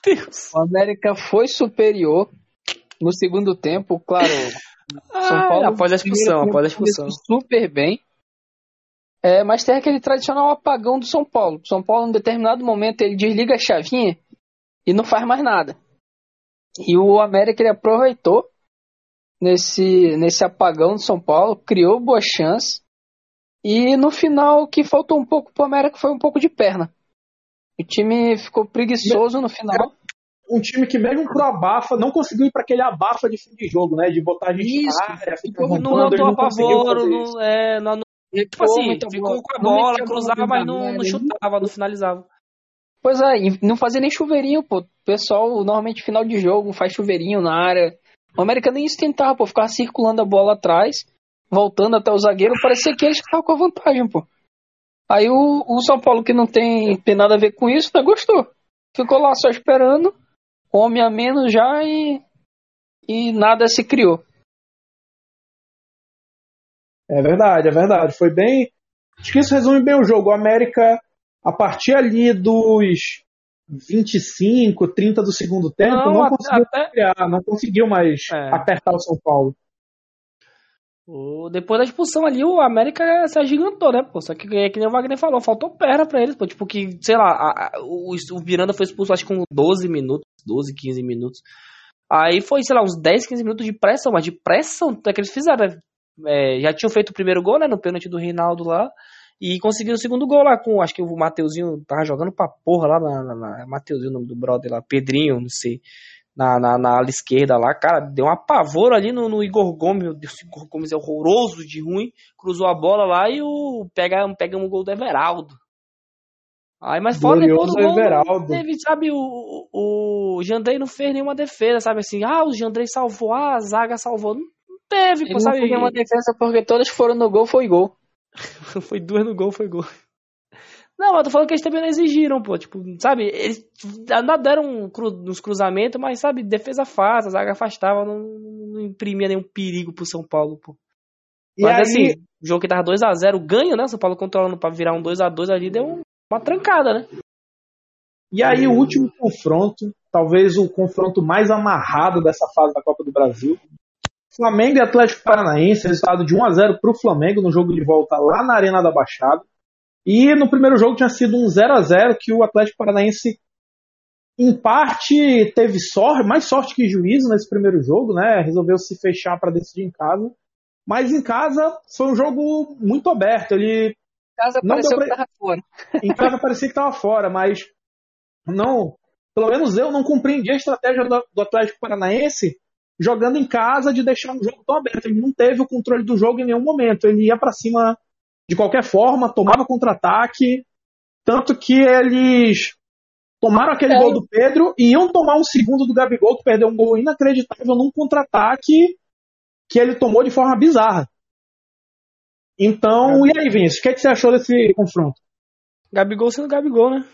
Deus. O América foi superior no segundo tempo, claro. São Paulo após a expulsão. começou super bem. Mas tem aquele tradicional apagão do São Paulo. São Paulo, em determinado momento, ele desliga a chavinha e não faz mais nada. E o América ele aproveitou nesse apagão do São Paulo, criou boa chance. E no final, o que faltou um pouco pro América foi um pouco de perna. O time ficou preguiçoso no final. Um time que mesmo pro abafa, não conseguiu ir para aquele abafa de fim de jogo, né? De botar a gente Isso, na área, ficar Não rompando, rodou ele a não conseguiu pavoro, fazer isso. tipo assim, ficou com a bola, cruzava, mas não chutava, não finalizava. Pois é, e não fazia nem chuveirinho, pô. O pessoal, normalmente, final de jogo, faz chuveirinho na área. O América nem isso tentava, pô. Ficava circulando a bola atrás, voltando até o zagueiro. Parecia que eles ficavam com a vantagem, pô. Aí o São Paulo, que não tem nada a ver com isso, não gostou. Ficou lá só esperando, homem a menos já, e nada se criou. É verdade, é verdade. Foi bem. Acho que isso resume bem o jogo. O América, a partir ali dos 25, 30 do segundo tempo, não conseguiu criar, não conseguiu mais apertar o São Paulo. Depois da expulsão ali, o América se agigantou, né, pô? Só que nem o Wagner falou, faltou perna pra eles, pô. Tipo que, sei lá, o Miranda foi expulso acho que com 12 minutos, 12, 15 minutos. Aí foi, sei lá, uns 10, 15 minutos de pressão, mas de pressão é que eles fizeram, né? Já tinham feito o primeiro gol, né, no pênalti do Reinaldo lá, e conseguiram o segundo gol lá com, acho que o Mateuzinho tava jogando pra porra lá Mateuzinho, o nome do brother lá, Pedrinho, não sei, na ala esquerda lá, cara, deu um apavoro ali no Igor Gomes, meu Deus, o Igor Gomes é horroroso de ruim, cruzou a bola lá e pegamos o gol do Everaldo. Aí, mas fora depois do gol, teve, sabe, o Jandrei não fez nenhuma defesa, sabe, assim, o Jandrei salvou, a zaga salvou, não teve, pô, sabe? Não fez uma defesa porque todas foram no gol, foi gol. Foi 2 no gol, foi gol. Não, mas tô falando que eles também não exigiram, pô, tipo, sabe, eles ainda deram nos cruzamentos, mas, sabe, defesa fácil, a zaga afastava, não imprimia nenhum perigo pro São Paulo, pô. Mas aí, assim, o jogo que tava 2-0, ganho, né, São Paulo controlando pra virar um 2-2 ali, deu uma trancada, né? E aí o último confronto, talvez o confronto mais amarrado dessa fase da Copa do Brasil, Flamengo e Atlético Paranaense, resultado de 1-0 pro Flamengo no jogo de volta lá na Arena da Baixada. E no primeiro jogo tinha sido um 0-0 que o Atlético Paranaense, em parte, teve mais sorte que juízo nesse primeiro jogo, né? Resolveu se fechar para decidir em casa. Mas em casa foi um jogo muito aberto. Ele casa pareceu que estava fora. Em casa parecia que estava fora, mas não. Pelo menos eu não compreendi a estratégia do Atlético Paranaense jogando em casa de deixar o jogo tão aberto. Ele não teve o controle do jogo em nenhum momento. Ele ia para cima de qualquer forma, tomava contra-ataque, tanto que eles tomaram aquele gol do Pedro e iam tomar um segundo do Gabigol, que perdeu um gol inacreditável num contra-ataque que ele tomou de forma bizarra. Então, e aí, Vinícius, o que você achou desse confronto? Gabigol sendo Gabigol, né?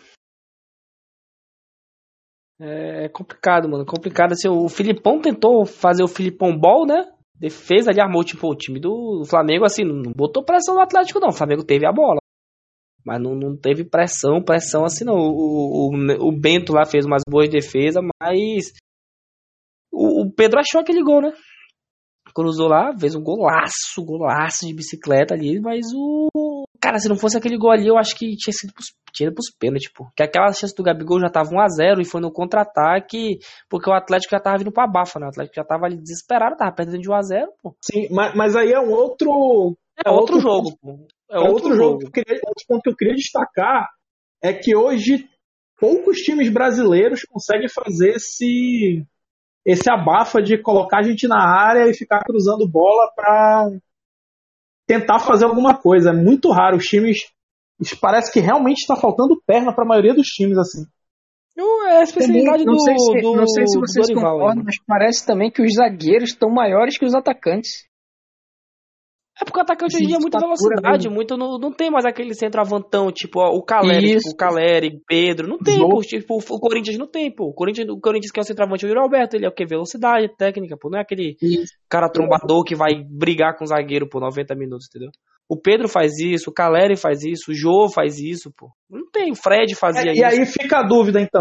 É complicado, mano. Complicado. Assim, o Filipão tentou fazer o Filipão Ball, né? Defesa, ele armou, tipo, o time do Flamengo, assim, não botou pressão no Atlético, não. O Flamengo teve a bola. Mas não teve pressão assim, não. O Bento lá fez umas boas defesas, mas o Pedro achou aquele gol, né? Cruzou lá, fez um golaço de bicicleta ali, mas cara, se não fosse aquele gol ali, eu acho que tinha ido pros pênaltis, pô. Porque aquela chance do Gabigol já tava 1-0 e foi no contra-ataque, porque o Atlético já tava vindo pra abafa, né? O Atlético já tava ali desesperado, tava perdendo de 1-0, pô. Sim, mas aí é um outro... É outro jogo, pô. É outro jogo. Outro ponto que eu queria destacar é que hoje poucos times brasileiros conseguem fazer esse abafa de colocar a gente na área e ficar cruzando bola para tentar fazer alguma coisa. É muito raro. Os times... Parece que realmente está faltando perna para a maioria dos times, assim. É a especialidade não sei se vocês Dorival, concordam, mas parece também que os zagueiros estão maiores que os atacantes. É porque o atacante hoje em dia é muita velocidade, não tem mais aquele centroavantão, tipo o Caleri, tipo, o Caleri, Pedro, não tem, pô, tipo, o Corinthians não tem, pô. O Corinthians que é o centroavante, o Yuri Alberto, ele é o que? Velocidade, técnica, pô, não é aquele cara trombador que vai brigar com o zagueiro por 90 minutos, entendeu? O Pedro faz isso, o Caleri faz isso, o Jô faz isso, pô. Não tem, o Fred fazia isso. E aí fica a dúvida, então.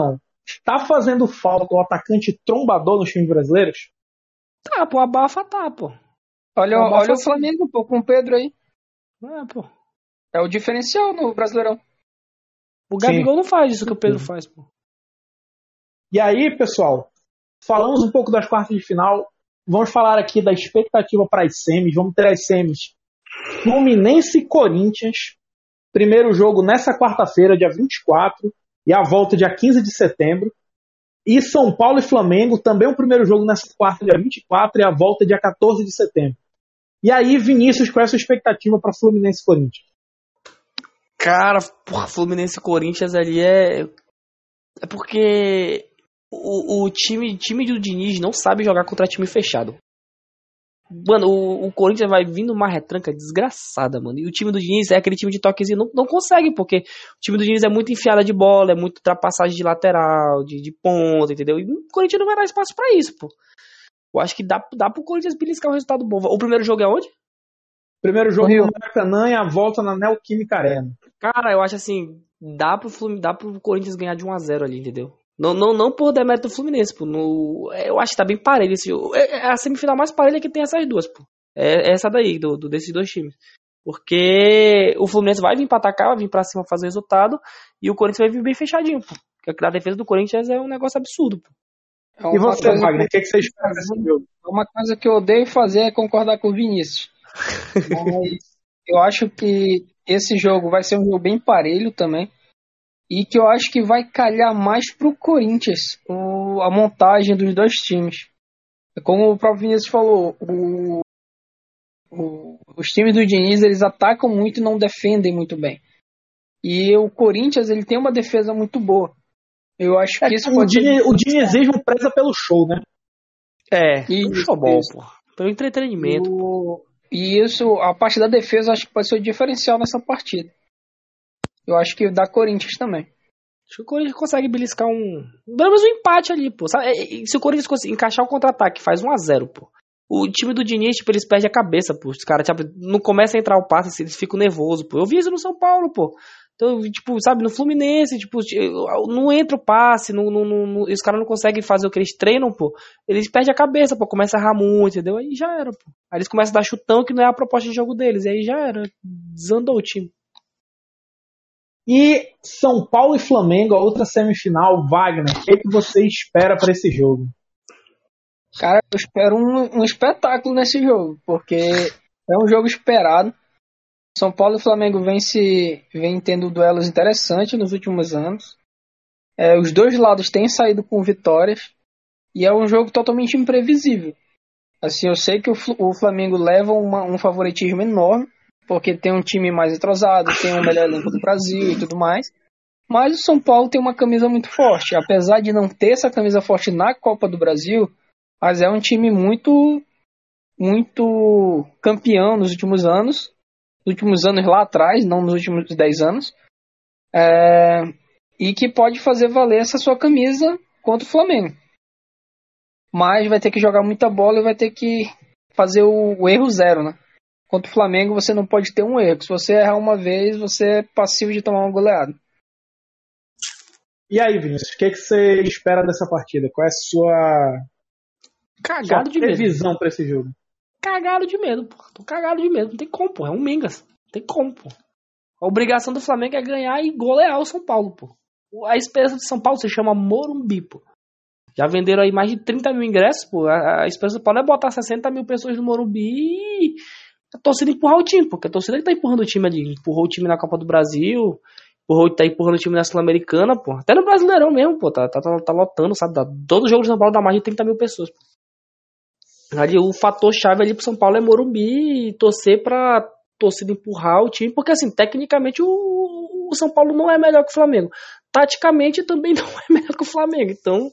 Está fazendo falta o atacante trombador nos times brasileiros? Tá, pô, abafa tá, pô. Olha o Flamengo, pô, com o Pedro aí. Pô. É o diferencial no Brasileirão. O Gabigol não faz isso que o Pedro faz, pô. E aí, pessoal, falamos um pouco das quartas de final. Vamos falar aqui da expectativa para as semis. Vamos ter as semis Fluminense e Corinthians. Primeiro jogo nessa quarta-feira, dia 24, e a volta dia 15 de setembro. E São Paulo e Flamengo, também o primeiro jogo nessa quarta, dia 24, e a volta dia 14 de setembro. E aí, Vinícius, qual é a sua expectativa para Fluminense e Corinthians? Cara, porra, Fluminense e Corinthians ali é porque o time do Diniz não sabe jogar contra time fechado. Mano, o Corinthians vai vindo uma retranca desgraçada, mano. E o time do Diniz é aquele time de toquezinho, não consegue, porque o time do Diniz é muito enfiada de bola, é muito ultrapassagem de lateral, de ponta, entendeu? E o Corinthians não vai dar espaço pra isso, pô. Eu acho que dá pro Corinthians beliscar um resultado bom. O primeiro jogo é onde? Primeiro jogo no Maracanã e a volta na Neoquímica Arena. Cara, eu acho assim, dá pro Corinthians ganhar de 1-0 ali, entendeu? Não por demérito do Fluminense, pô. Eu acho que tá bem parelho esse jogo. É a semifinal mais parelha que tem essas duas, pô. É essa daí, desses dois times. Porque o Fluminense vai vir pra atacar, vai vir pra cima fazer resultado, e o Corinthians vai vir bem fechadinho, pô. Porque a defesa do Corinthians é um negócio absurdo, pô. E você, Wagner, o que você espera desse jogo? Uma coisa que eu odeio fazer é concordar com o Vinícius. Mas eu acho que esse jogo vai ser um jogo bem parelho também. E que eu acho que vai calhar mais pro Corinthians a montagem dos dois times. Como o próprio Vinícius falou, os times do Diniz, eles atacam muito e não defendem muito bem. E o Corinthians, ele tem uma defesa muito boa. Eu acho que isso pode ser... O dinizismo preza pelo show, né? Pelo showball, pô. Pelo entretenimento. E isso, a parte da defesa, eu acho que pode ser o diferencial nessa partida. Eu acho que dá Corinthians também. Acho que o Corinthians consegue beliscar pelo menos um empate ali, pô. Sabe? Se o Corinthians conseguir encaixar um contra-ataque, faz 1-0, pô. O time do Diniz, tipo, eles perdem a cabeça, pô. Os caras, tipo, não começa a entrar o passe, eles ficam nervosos, pô. Eu vi isso no São Paulo, pô. Então, tipo, sabe, no Fluminense, tipo, não entra o passe, os caras não conseguem fazer o que eles treinam, pô. Eles perdem a cabeça, pô, começa a errar muito, entendeu? Aí já era, pô. Aí eles começam a dar chutão que não é a proposta de jogo deles, e aí já era. Desandou o time. E São Paulo e Flamengo, a outra semifinal, Wagner, o que você espera para esse jogo? Cara, eu espero um espetáculo nesse jogo, porque é um jogo esperado. São Paulo e Flamengo vem tendo duelos interessantes nos últimos anos. Os dois lados têm saído com vitórias e é um jogo totalmente imprevisível. Assim, eu sei que o Flamengo leva um favoritismo enorme, porque tem um time mais entrosado, tem o melhor elenco do Brasil e tudo mais. Mas o São Paulo tem uma camisa muito forte. Apesar de não ter essa camisa forte na Copa do Brasil, mas é um time muito, muito campeão nos últimos anos. Nos últimos anos lá atrás, não nos últimos 10 anos. E que pode fazer valer essa sua camisa contra o Flamengo. Mas vai ter que jogar muita bola e vai ter que fazer o erro zero, né? Contra o Flamengo você não pode ter um erro. Se você errar uma vez, você é passivo de tomar uma goleada. E aí, Vinícius, o que você espera dessa partida? Qual é a sua previsão para esse jogo? Cagado de medo, pô. Tô cagado de medo. Não tem como, pô. É um Mengas. Não tem como, pô. A obrigação do Flamengo é ganhar e golear o São Paulo, pô. A esperança de São Paulo se chama Morumbi, pô. Já venderam aí mais de 30 mil ingressos, pô. A esperança do Paulo é botar 60 mil pessoas no Morumbi e a torcida empurrar o time, porque a torcida que tá empurrando o time ali. Empurrou o time na Copa do Brasil, tá empurrando o time na Sul-Americana, pô. Até no Brasileirão mesmo, pô. Tá lotando, sabe? Todo jogo de São Paulo dá mais de 30 mil pessoas, pô. Ali, o fator chave ali pro São Paulo é Morumbi e torcer pra torcida empurrar o time, porque assim, tecnicamente o São Paulo não é melhor que o Flamengo. Taticamente também não é melhor que o Flamengo. Então,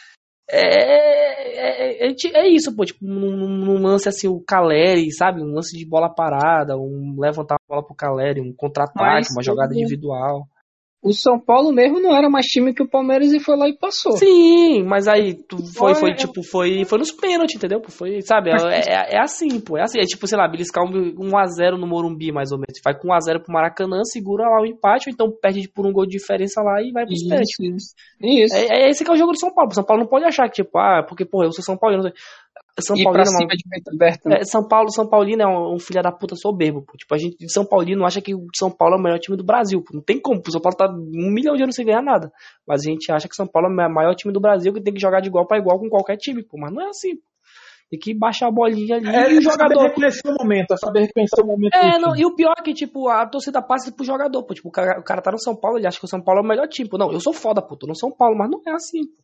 é isso, pô. Tipo, num lance assim, o Caleri, sabe? Um lance de bola parada, levantar a bola pro Caleri, um contra-ataque, uma jogada individual. O São Paulo mesmo não era mais time que o Palmeiras e foi lá e passou. Sim, mas aí foi nos pênaltis, entendeu? Foi, sabe, é assim, pô. É assim, é tipo, sei lá, beliscar 1x0 no Morumbi, mais ou menos. Vai com 1x0 pro Maracanã, segura lá o empate, ou então perde por um gol de diferença lá e vai pros pênaltis. Isso. Esse que é o jogo do São Paulo. O São Paulo não pode achar que, tipo, porque, pô, eu sou São Paulino. São Paulino, de peito aberto, né? São Paulino é um filho da puta soberbo, pô. Tipo, a gente de São Paulino acha que o São Paulo é o melhor time do Brasil, pô. Não tem como, o São Paulo tá 1 milhão de anos sem ganhar nada. Mas a gente acha que o São Paulo é o maior time do Brasil, que tem que jogar de igual pra igual com qualquer time, pô. Mas não é assim, pô. Tem que baixar a bolinha ali e o jogador. Saber reconhecer o momento, é saber reconhecer o momento. E o pior é que, tipo, a torcida passa pro jogador, pô. Tipo, o cara tá no São Paulo, ele acha que o São Paulo é o melhor time, pô. Não, eu sou foda, pô. Tô no São Paulo, mas não é assim, pô.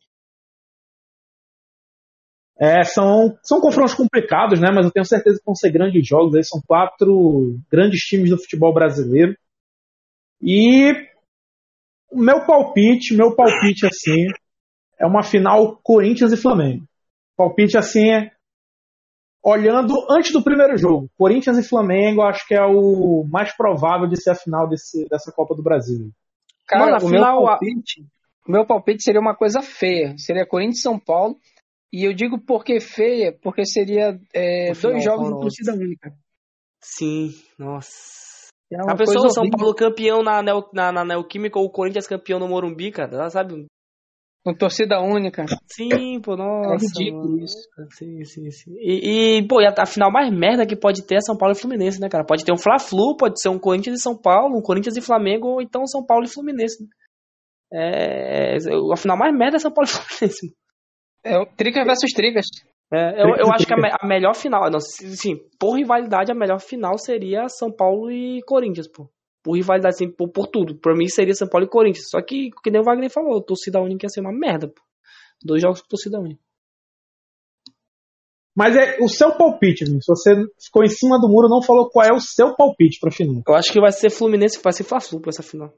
São confrontos complicados, né? Mas eu tenho certeza que vão ser grandes jogos. Aí são 4 grandes times do futebol brasileiro. E o meu palpite, assim, é uma final Corinthians e Flamengo. Palpite, assim, olhando antes do primeiro jogo. Corinthians e Flamengo, acho que é o mais provável de ser a final dessa Copa do Brasil. Cara, o meu palpite seria uma coisa feia. Seria Corinthians e São Paulo. E eu digo porque feia, porque seria 2 jogos de torcida única. Sim, nossa. A pessoa, São Paulo campeão na Neoquímica ou o Corinthians campeão no Morumbi, cara, sabe? Com torcida única. Sim, pô, nossa. É ridículo isso. Sim. E a final mais merda que pode ter é São Paulo e Fluminense, né, cara? Pode ter um Fla-Flu, pode ser um Corinthians e São Paulo, um Corinthians e Flamengo, ou então São Paulo e Fluminense. Né? A final mais merda é São Paulo e Fluminense. É o Tricas versus Tricas. Eu acho que a melhor final, assim, por rivalidade, a melhor final seria São Paulo e Corinthians, pô. Por rivalidade, assim, por tudo. Pra mim seria São Paulo e Corinthians. Só que nem o Wagner falou, torcida única ia ser uma merda, pô. 2 jogos com torcida única. Mas é o seu palpite, se você ficou em cima do muro, não falou qual é o seu palpite pra final. Eu acho que vai ser Fluminense, vai ser Fla-Flu pra essa final.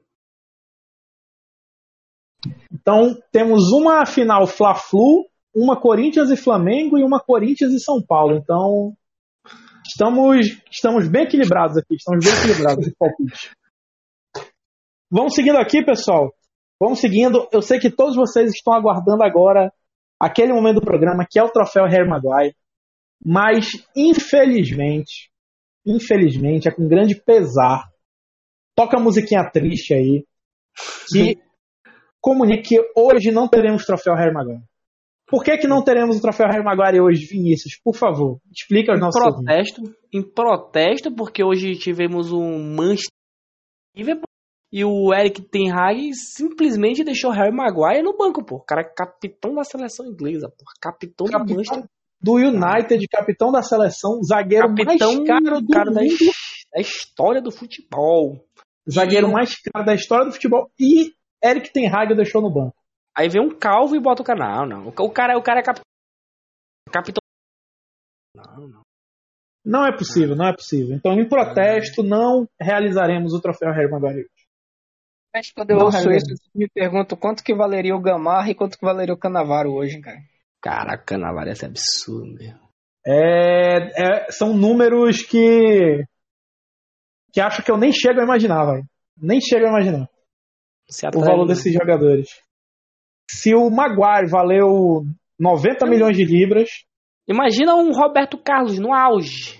Então, temos uma final Fla-Flu, uma Corinthians e Flamengo e uma Corinthians e São Paulo. Então, estamos bem equilibrados aqui. No palpite. Vamos seguindo aqui, pessoal. Vamos seguindo. Eu sei que todos vocês estão aguardando agora aquele momento do programa que é o troféu Harry Maguire. Mas, infelizmente, é com grande pesar. Toca a musiquinha triste aí. Que comunica que hoje não teremos troféu Harry Maguire. Por que não teremos o troféu Harry Maguire hoje, Vinícius? Por favor, explica aos nossos ouvintes. Em protesto, porque hoje tivemos um Manchester e o Erik ten Hag simplesmente deixou Harry Maguire no banco, pô. O cara é capitão da seleção inglesa, pô. Capitão do Manchester. Do United, capitão da seleção, zagueiro mais caro do mundo. Da história do futebol. Zagueiro mais caro da história do futebol. E Erik ten Hag deixou no banco. Aí vem um calvo e bota o cara. Não. O cara é capitão. Não. Não é possível. Então, em protesto, não realizaremos o troféu Harry Maguire. Mas quando eu ouço isso, eu me pergunto quanto que valeria o Gamarra e quanto que valeria o Cannavaro hoje, cara. Caraca, Cannavaro, esse é absurdo mesmo. São números que acho que eu nem chego a imaginar, velho. Nem chego a imaginar o valor desses jogadores. Se o Maguire valeu 90 milhões de libras... Imagina um Roberto Carlos no auge.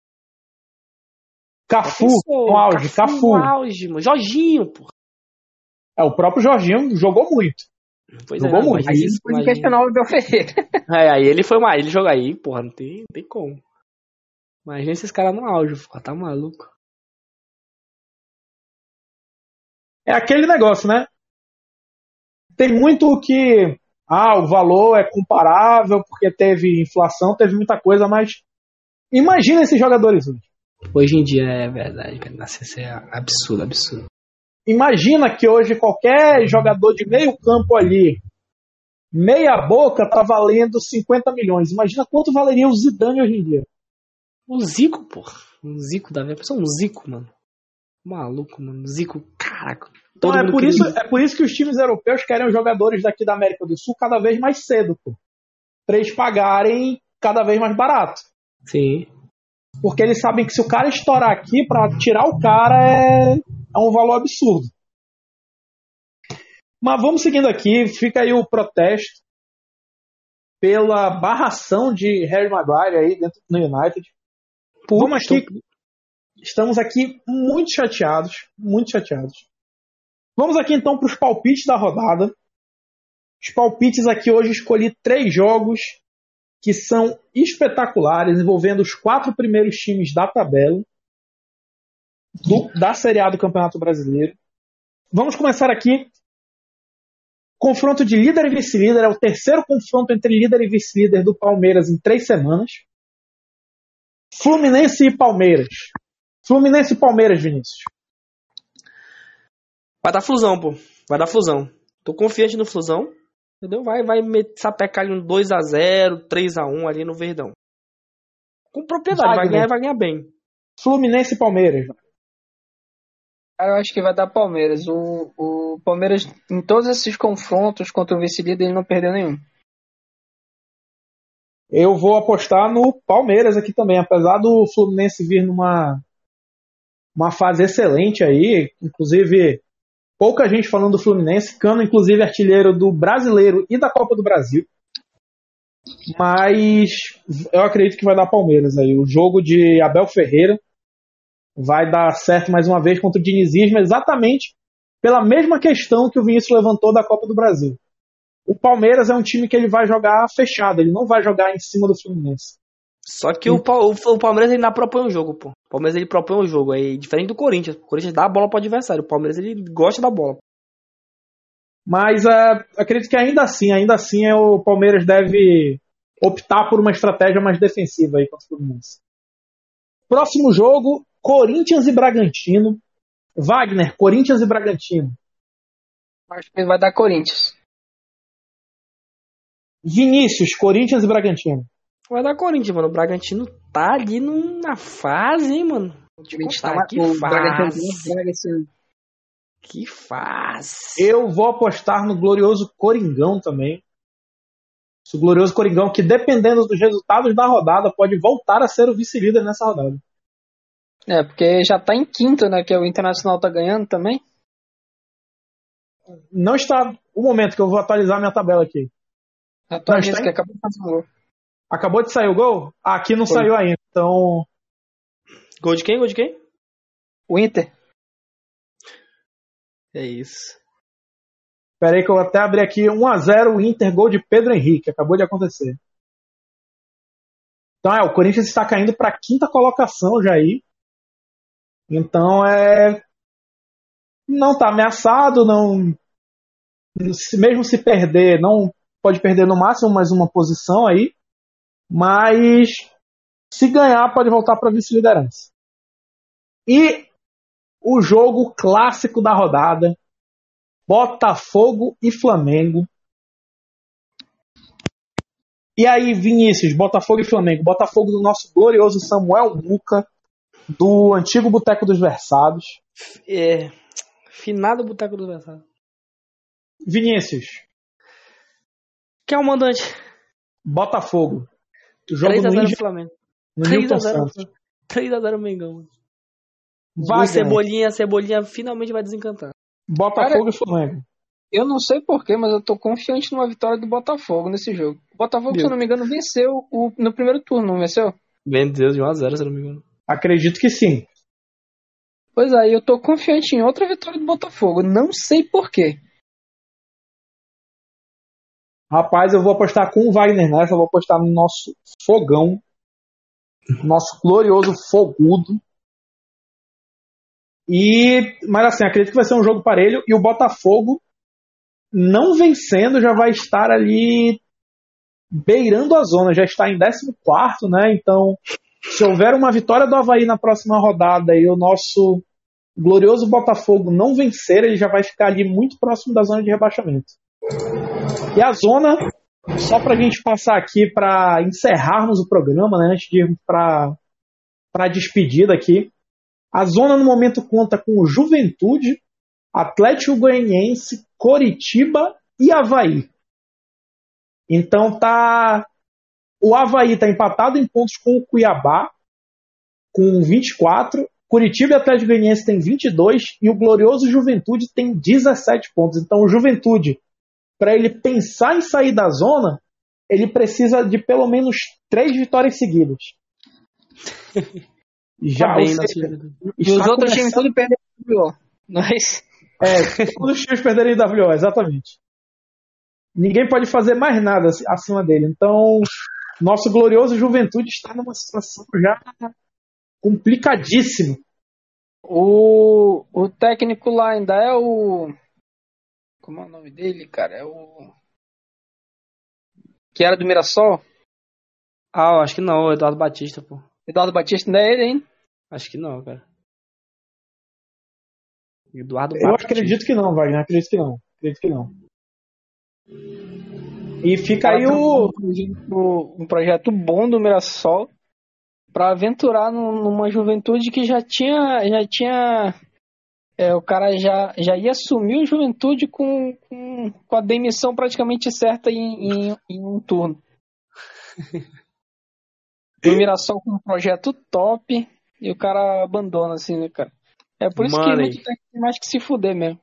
Cafu no auge, mano. Jorginho, pô. O próprio Jorginho jogou muito. Jogou muito. Aí isso foi questionável do Ferreira. Aí ele foi mais. Ele jogou aí, porra, não tem como. Imagina esses caras no auge, pô. Tá maluco. É aquele negócio, né? Tem muito que o valor é comparável porque teve inflação, teve muita coisa, mas imagina esses jogadores hoje. Hoje em dia é verdade, isso é absurdo. Imagina que hoje qualquer jogador de meio campo ali, meia boca, tá valendo 50 milhões. Imagina quanto valeria o Zidane hoje em dia. O Zico, porra. Um Zico da vida. Pessoal, um Zico, mano. Maluco, mano. Zico, caraca. Então é por isso que os times europeus querem os jogadores daqui da América do Sul cada vez mais cedo, pô. Pra eles pagarem cada vez mais barato. Sim. Porque eles sabem que se o cara estourar aqui, pra tirar o cara é um valor absurdo. Mas vamos seguindo aqui, fica aí o protesto pela barração de Harry Maguire aí dentro do United. Vamos aqui, estamos aqui muito chateados, muito chateados. Vamos aqui então para os palpites da rodada. Os palpites aqui hoje escolhi 3 jogos que são espetaculares, envolvendo os 4 primeiros times da tabela da Série A do Campeonato Brasileiro. Vamos começar aqui. Confronto de líder e vice-líder. É o terceiro confronto entre líder e vice-líder do Palmeiras em 3 semanas. Fluminense e Palmeiras. Fluminense e Palmeiras, Vinícius. Vai dar Flusão, pô. Vai dar Flusão. Tô confiante no Flusão. Entendeu? Vai sapecar ali um 2-0, 3-1 ali no Verdão. Com propriedade, vai ganhar bem. Fluminense e Palmeiras. Cara, eu acho que vai dar Palmeiras. O Palmeiras, em todos esses confrontos contra o vice-líder, ele não perdeu nenhum. Eu vou apostar no Palmeiras aqui também, apesar do Fluminense vir numa fase excelente aí, inclusive pouca gente falando do Fluminense, Cano inclusive artilheiro do Brasileiro e da Copa do Brasil, mas eu acredito que vai dar Palmeiras aí. O jogo de Abel Ferreira vai dar certo mais uma vez contra o dinizismo, exatamente pela mesma questão que o Vinícius levantou da Copa do Brasil. O Palmeiras é um time que ele vai jogar fechado, ele não vai jogar em cima do Fluminense. Só que o Palmeiras ele não propõe um jogo, pô. O Palmeiras ele propõe um jogo, aí diferente do Corinthians. O Corinthians dá a bola pro adversário, o Palmeiras ele gosta da bola. Mas acredito que ainda assim o Palmeiras deve optar por uma estratégia mais defensiva aí contra o Fluminense. Próximo jogo, Corinthians e Bragantino. Wagner, Corinthians e Bragantino. Acho que vai dar Corinthians. Vinícius, Corinthians e Bragantino. Vai dar Corinthians, mano. O Bragantino tá ali na fase, hein, mano. Que fase. Eu vou apostar no glorioso Coringão também. O glorioso Coringão, que dependendo dos resultados da rodada, pode voltar a ser o vice-líder nessa rodada. Porque já tá em quinto, né? Que o Internacional tá ganhando também. Não está o momento que eu vou atualizar minha tabela aqui. Atualiza que acabou de fazer um gol. Acabou de sair o gol? Aqui não saiu ainda, então... Gol de quem? Gol de quem? O Inter. É isso. Espera aí que eu vou até abrir aqui. 1-0 o Inter, gol de Pedro Henrique. Acabou de acontecer. Então o Corinthians está caindo para a 5ª colocação já aí. Então não está ameaçado, não... mesmo se perder, não pode perder no máximo mais uma posição aí. Mas se ganhar, pode voltar para a vice-liderança. E o jogo clássico da rodada, Botafogo e Flamengo. E aí, Vinícius, Botafogo e Flamengo. Botafogo do nosso glorioso Samuel Muca, do antigo Boteco dos Versados. Finado Boteco dos Versados. Vinícius. Quem é o mandante? Botafogo. O jogo 3-0 Flamengo. No Newton Santos. 3-0 Mengão. Vai, Cebolinha finalmente vai desencantar. Botafogo e Flamengo. Eu não sei porquê, mas eu tô confiante numa vitória do Botafogo nesse jogo. O Botafogo, se eu não me engano, venceu no primeiro turno, não venceu? Venceu de 1-0, se eu não me engano. Acredito que sim. Pois aí, eu tô confiante em outra vitória do Botafogo. Não sei porquê. Rapaz, eu vou apostar com o Wagner nessa. Eu vou apostar no nosso fogão. Nosso glorioso fogudo. Mas assim, acredito que vai ser um jogo parelho. E o Botafogo, não vencendo, já vai estar ali beirando a zona. Já está em 14º, né? Então, se houver uma vitória do Avaí na próxima rodada e o nosso glorioso Botafogo não vencer, ele já vai ficar ali muito próximo da zona de rebaixamento. E a zona, só pra gente passar aqui para encerrarmos o programa, né, antes de irmos para a despedida aqui, a zona no momento conta com o Juventude, Atlético Goianiense, Coritiba e Avaí. Então o Avaí está empatado em pontos com o Cuiabá, com 24, Curitiba e Atlético Goianiense tem 22 e o glorioso Juventude tem 17 pontos. Então o Juventude, para ele pensar em sair da zona, ele precisa de pelo menos 3 vitórias seguidas. Já bem, e os outros times tudo perderam o WO. Mas... todos os times perderam em WO, exatamente. Ninguém pode fazer mais nada acima dele. Então, nosso glorioso Juventude está numa situação já complicadíssima. O técnico lá ainda é o... Como é o nome dele, cara? É o... Que era do Mirassol? Ah, eu acho que não, o Eduardo Batista, pô. Eduardo Batista ainda é ele, hein? Acho que não, cara. Eduardo Eu Batista. acredito que não, Wagner. Acredito que não. E fica aí um projeto bom do Mirassol para aventurar numa Juventude que já tinha o cara já ia assumir o Juventude com a demissão praticamente certa em um turno. O Mirassol com um projeto top e o cara abandona assim, né, cara? É por isso que muito tem mais que se fuder mesmo.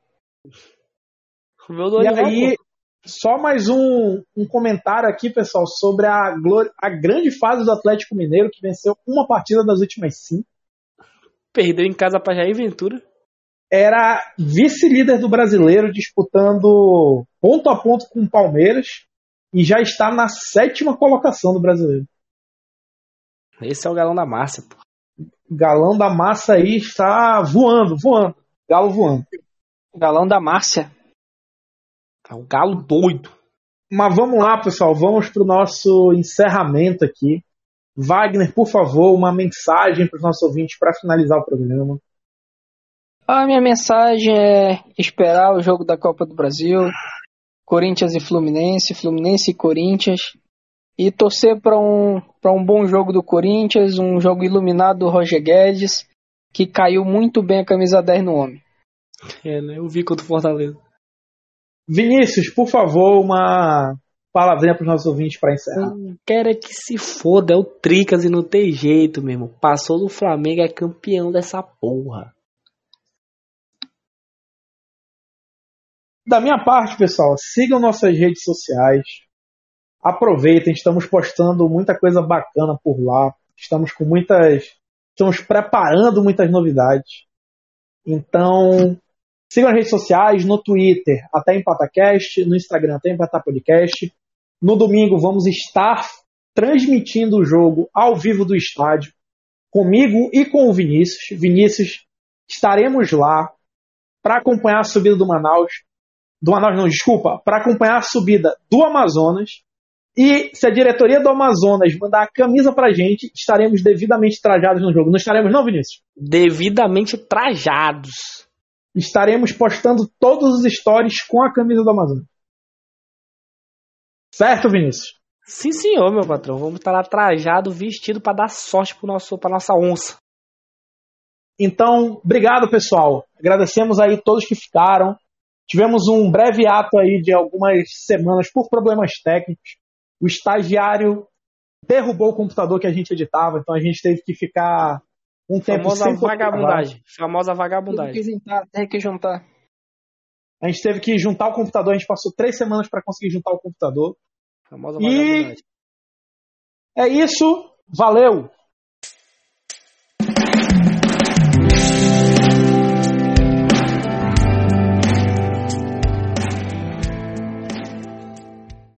E aí, só mais um comentário aqui, pessoal, sobre a grande fase do Atlético Mineiro, que venceu uma partida das últimas 5. Perdeu em casa para Jair Ventura. Era vice-líder do Brasileiro, disputando ponto a ponto com o Palmeiras, e já está na 7ª colocação do Brasileiro. Esse é o galão da massa, pô. O galão da massa aí está voando. Galo voando. O galão da Márcia. É um galo doido. Mas vamos lá, pessoal. Vamos para o nosso encerramento aqui. Wagner, por favor, uma mensagem para os nossos ouvintes para finalizar o programa. A minha mensagem é esperar o jogo da Copa do Brasil, Corinthians e Fluminense, Fluminense e Corinthians, e torcer para um bom jogo do Corinthians, um jogo iluminado do Roger Guedes, que caiu muito bem a camisa 10 no homem. Né? Eu vi contra o Fortaleza. Vinícius, por favor, uma palavrinha para os nossos ouvintes para encerrar. Quero que se foda, é o Tricas e não tem jeito, meu irmão. Passou do Flamengo, é campeão dessa porra. Da minha parte, pessoal, sigam nossas redes sociais. Aproveitem, estamos postando muita coisa bacana por lá. Estamos preparando muitas novidades. Então, sigam as redes sociais, no Twitter, até EmpataCast, no Instagram, até EmpataPodcast. No domingo, vamos estar transmitindo o jogo ao vivo do estádio, comigo e com o Vinícius. Vinícius, estaremos lá para acompanhar a subida do Manaus. Para acompanhar a subida do Amazonas. E se a diretoria do Amazonas mandar a camisa pra gente, estaremos devidamente trajados no jogo. Não estaremos não, Vinícius? Devidamente trajados. Estaremos postando todos os stories com a camisa do Amazonas. Certo, Vinícius? Sim, senhor, meu patrão. Vamos estar lá trajado, vestido para dar sorte pra nossa onça. Então, obrigado, pessoal. Agradecemos aí todos que ficaram. Tivemos um breve ato aí de algumas semanas por problemas técnicos. O estagiário derrubou o computador que a gente editava, então a gente teve que ficar um tempo sem vagabundagem. Famosa vagabundagem. Tem que juntar. A gente teve que juntar o computador, a gente passou 3 semanas para conseguir juntar o computador. Famosa vagabundagem. É isso, valeu!